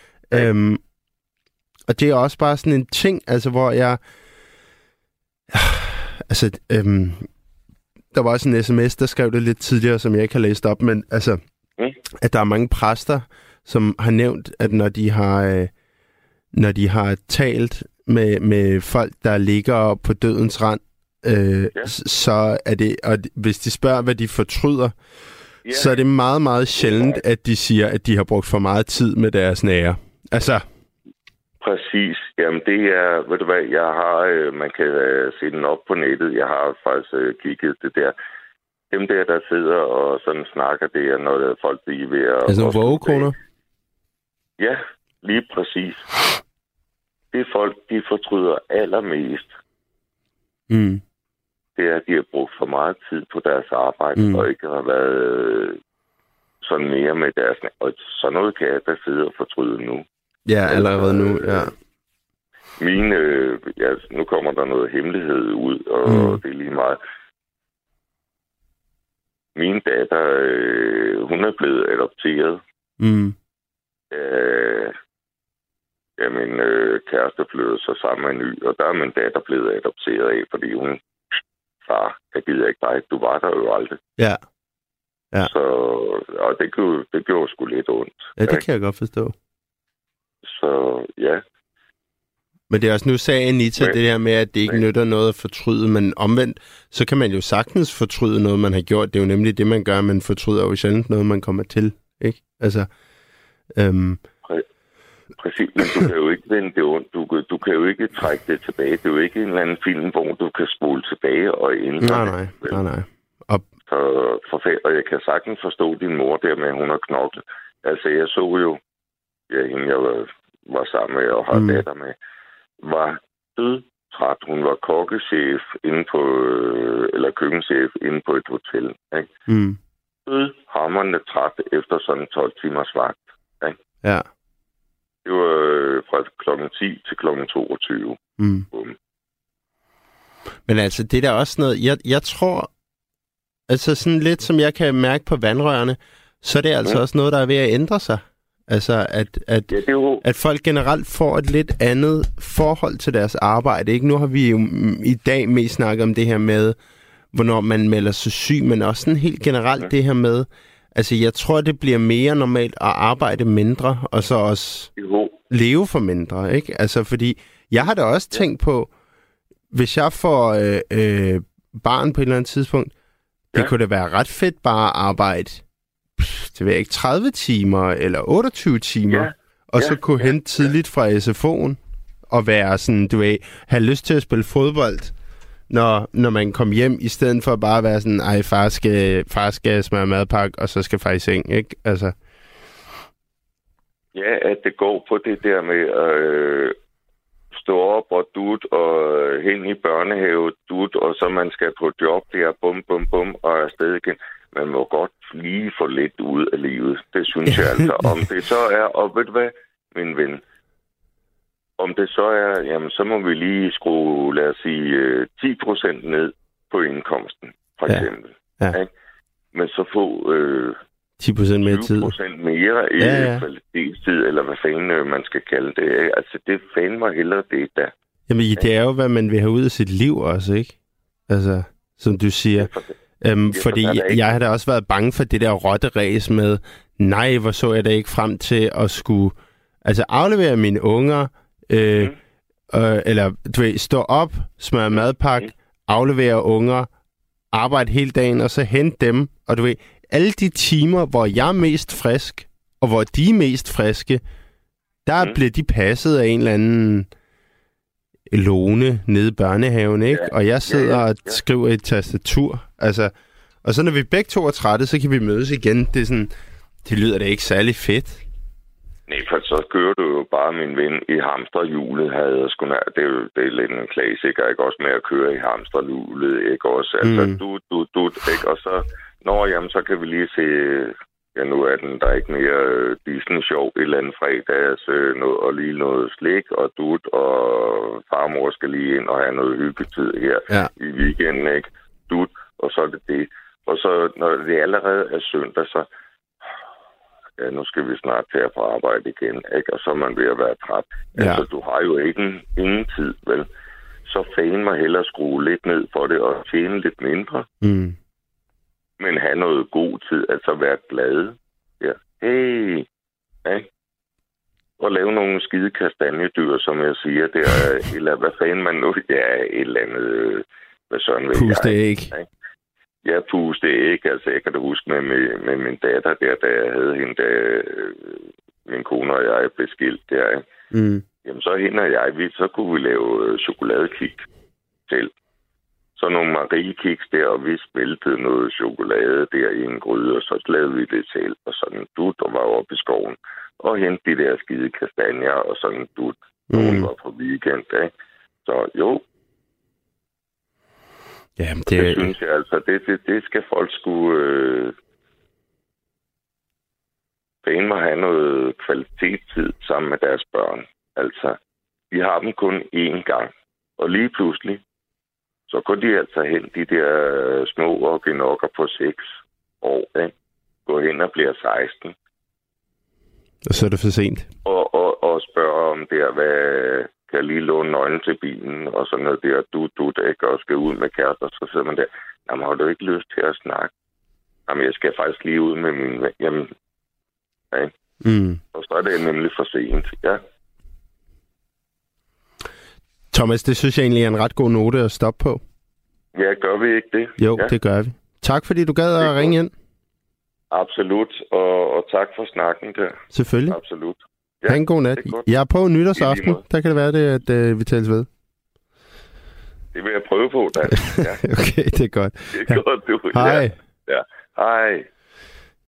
Og det er også bare sådan en ting, altså hvor jeg der var også en sms, der skrev det lidt tidligere, som jeg ikke har læst op, men altså at der er mange præster, som har nævnt, at når de har talt med folk, der ligger på dødens rand, så er det, og hvis de spørger, hvad de fortryder, så er det meget, meget sjældent, at de siger, at de har brugt for meget tid med deres nære. Altså... Præcis. Jamen det er, ved du hvad, jeg har, man kan se den op på nettet. Jeg har faktisk kigget det der. Dem der sidder og sådan snakker, det er, når folk er ved at... Altså nogle vågekoner? Ja, lige præcis. Det er folk, de fortryder allermest. Det er, at de har brugt for meget tid på deres arbejde, og ikke har været sådan mere med deres... Og sådan noget kan jeg da sidde og fortryde nu. Ja, allerede nu, ja. Nu kommer der noget hemmelighed ud, og det er lige meget. Min datter, hun er blevet adopteret. Min kæreste flyttede så sammen med en ny, og der er min datter blevet adopteret af, fordi hun... Far, jeg gider ikke dig, du var der jo aldrig. Ja. Så, og det gjorde sgu lidt ondt. Ja, det kan jeg godt forstå. Så, ja. Men det er også, nu sagde Anita det her med, at det ikke nytter noget at fortryde, men omvendt, så kan man jo sagtens fortryde noget, man har gjort. Det er jo nemlig det, man gør, man fortryder jo sjældent noget, man kommer til, ikke? Altså, Præcis, men du kan jo ikke vende det ondt. Du kan jo ikke trække det tilbage. Det er jo ikke en eller anden film, hvor du kan spole tilbage og ændre. Nej. Og jeg kan sagtens forstå din mor der med, at hun har knoklet. Altså, jeg så jo, hende jeg var sammen med og har datter med, var træt. Hun var kokkechef inde på, eller køkkenchef inde på et hotel. Ikke? Mm. Hammerne træt efter sådan 12 timers vagt. Ikke? Ja. Det var fra klokken 10 til klokken 22. Mm. Men altså, det er da også noget... Jeg tror... Altså, sådan lidt som jeg kan mærke på vandrørene, så er det altså også noget, der er ved at ændre sig. Altså, at folk generelt får et lidt andet forhold til deres arbejde. Ikke? Nu har vi jo i dag mest snakket om det her med, hvornår man melder sig syg, men også sådan helt generelt det her med, altså jeg tror, det bliver mere normalt at arbejde mindre, og så også leve for mindre. Ikke? Altså, fordi jeg har da også tænkt på, hvis jeg får barn på et eller andet tidspunkt, det kunne da være ret fedt bare at arbejde, det ved jeg ikke, 30 timer eller 28 timer, og så kunne hente tidligt fra SFO'en og være sådan, du ved, have lyst til at spille fodbold, når man kom hjem, i stedet for bare at være sådan, ej, far skal smøre madpakke, og så skal far i seng, ikke? Altså. Ja, at det går på det der med at stå op og dut, og hen i børnehave dut, og så man skal på job der, bum, bum, bum, og afsted igen. Man må godt lige få lidt ud af livet. Det synes jeg altså. Om det så er, og ved du hvad, min ven, om det så er, jamen så må vi lige skrue, lad os sige, 10% ned på indkomsten, for eksempel. Ja. Ikke? Men så få 10% mere tid. 20% mere i kvalitetstid, eller hvad fanden man skal kalde det. Altså, det fanden mig hellere det der. Jamen, det er jo, hvad man vil have ud af sit liv også, ikke? Altså, som du siger. Fordi jeg har da også været bange for det der rotteræs med, nej, hvor så jeg da ikke frem til at skulle aflevere mine unger, eller du ved, stå op, smøre madpakke, aflevere unger, arbejde hele dagen, og så hente dem, og du ved, alle de timer, hvor jeg er mest frisk, og hvor de er mest friske, der bliver de passet af en eller anden Lone nede i børnehaven, ikke? Ja. Og jeg sidder og skriver i et tastatur. Altså, og så når vi begge to er trætte, så kan vi mødes igen. Det er sådan, det lyder da ikke særlig fedt. Nej, for så kører du jo bare, min ven, i hamsterhjulet. Det er lidt en klassiker, ikke? Også med at køre i hamsterhjulet, ikke? Også, altså, ikke? Og så, jamen, så kan vi lige se... Ja, nu er der ikke mere Disney-show et eller andet fredags, og lige noget slik og dut, og farmor skal lige ind og have noget hyggetid her i weekenden, ikke? Dut, og så er det det. Og så, når det allerede er søndag, så nu skal vi snart til at få arbejde igen, ikke? Og så er man ved at være træt. Ja. Altså, du har jo ikke ingen tid, vel? Så fanden mig hellere skrue lidt ned for det og tjene lidt mindre. Mm. Men have noget god tid, altså være glad. Ja. Hey. Ja. Og lave nogle skide kastanjedyr, som jeg siger, der, eller hvad fanden man nu... Ja, et eller andet... Hvad sådan vil puste æg. Ja, puste æg. Altså, jeg kan da huske med min datter der, da jeg havde hende, da min kone og jeg blev skilt der. Ikke? Mm. Jamen, så hende og jeg, så kunne vi lave chokoladekiks til. Så nogle Marie-kiks der, og vi spiltede noget chokolade der i en gryde, og så lavede vi det selv, og sådan dut, og var oppe i skoven, og hente de der skide kastanjer, og sådan dut, nogen var på weekend, ikke? Så jo. Jamen, det synes jeg altså, det skal folk skulle fæne mig have noget kvalitetstid sammen med deres børn. Altså, vi har dem kun én gang, og lige pludselig, så går de altså hen, de der små orginokker på 6 år, ikke? Går hen og bliver 16. Og så er det for sent. Og spørger om der, hvad kan jeg lige låne nøglen til bilen, og sådan noget der, du ikke, og skal ud med kærester, så sidder man der. Jamen, har du ikke lyst til at snakke? Jamen, jeg skal faktisk lige ud med min ven. Jamen, ja. Mm. Og så er det nemlig for sent, ja. Thomas, det synes jeg egentlig er en ret god note at stoppe på. Ja, gør vi ikke det? Jo, det gør vi. Tak, fordi du gad at ringe ind. Absolut, og tak for snakken der. Selvfølgelig. Absolut. Ja, ha' en god nat. Jeg er på nytårsaften. Der kan det være det, at vi tales ved. Det vil jeg prøve på, da. Ja. Okay, det er godt. Det er godt, du. Hej. Ja. Hej.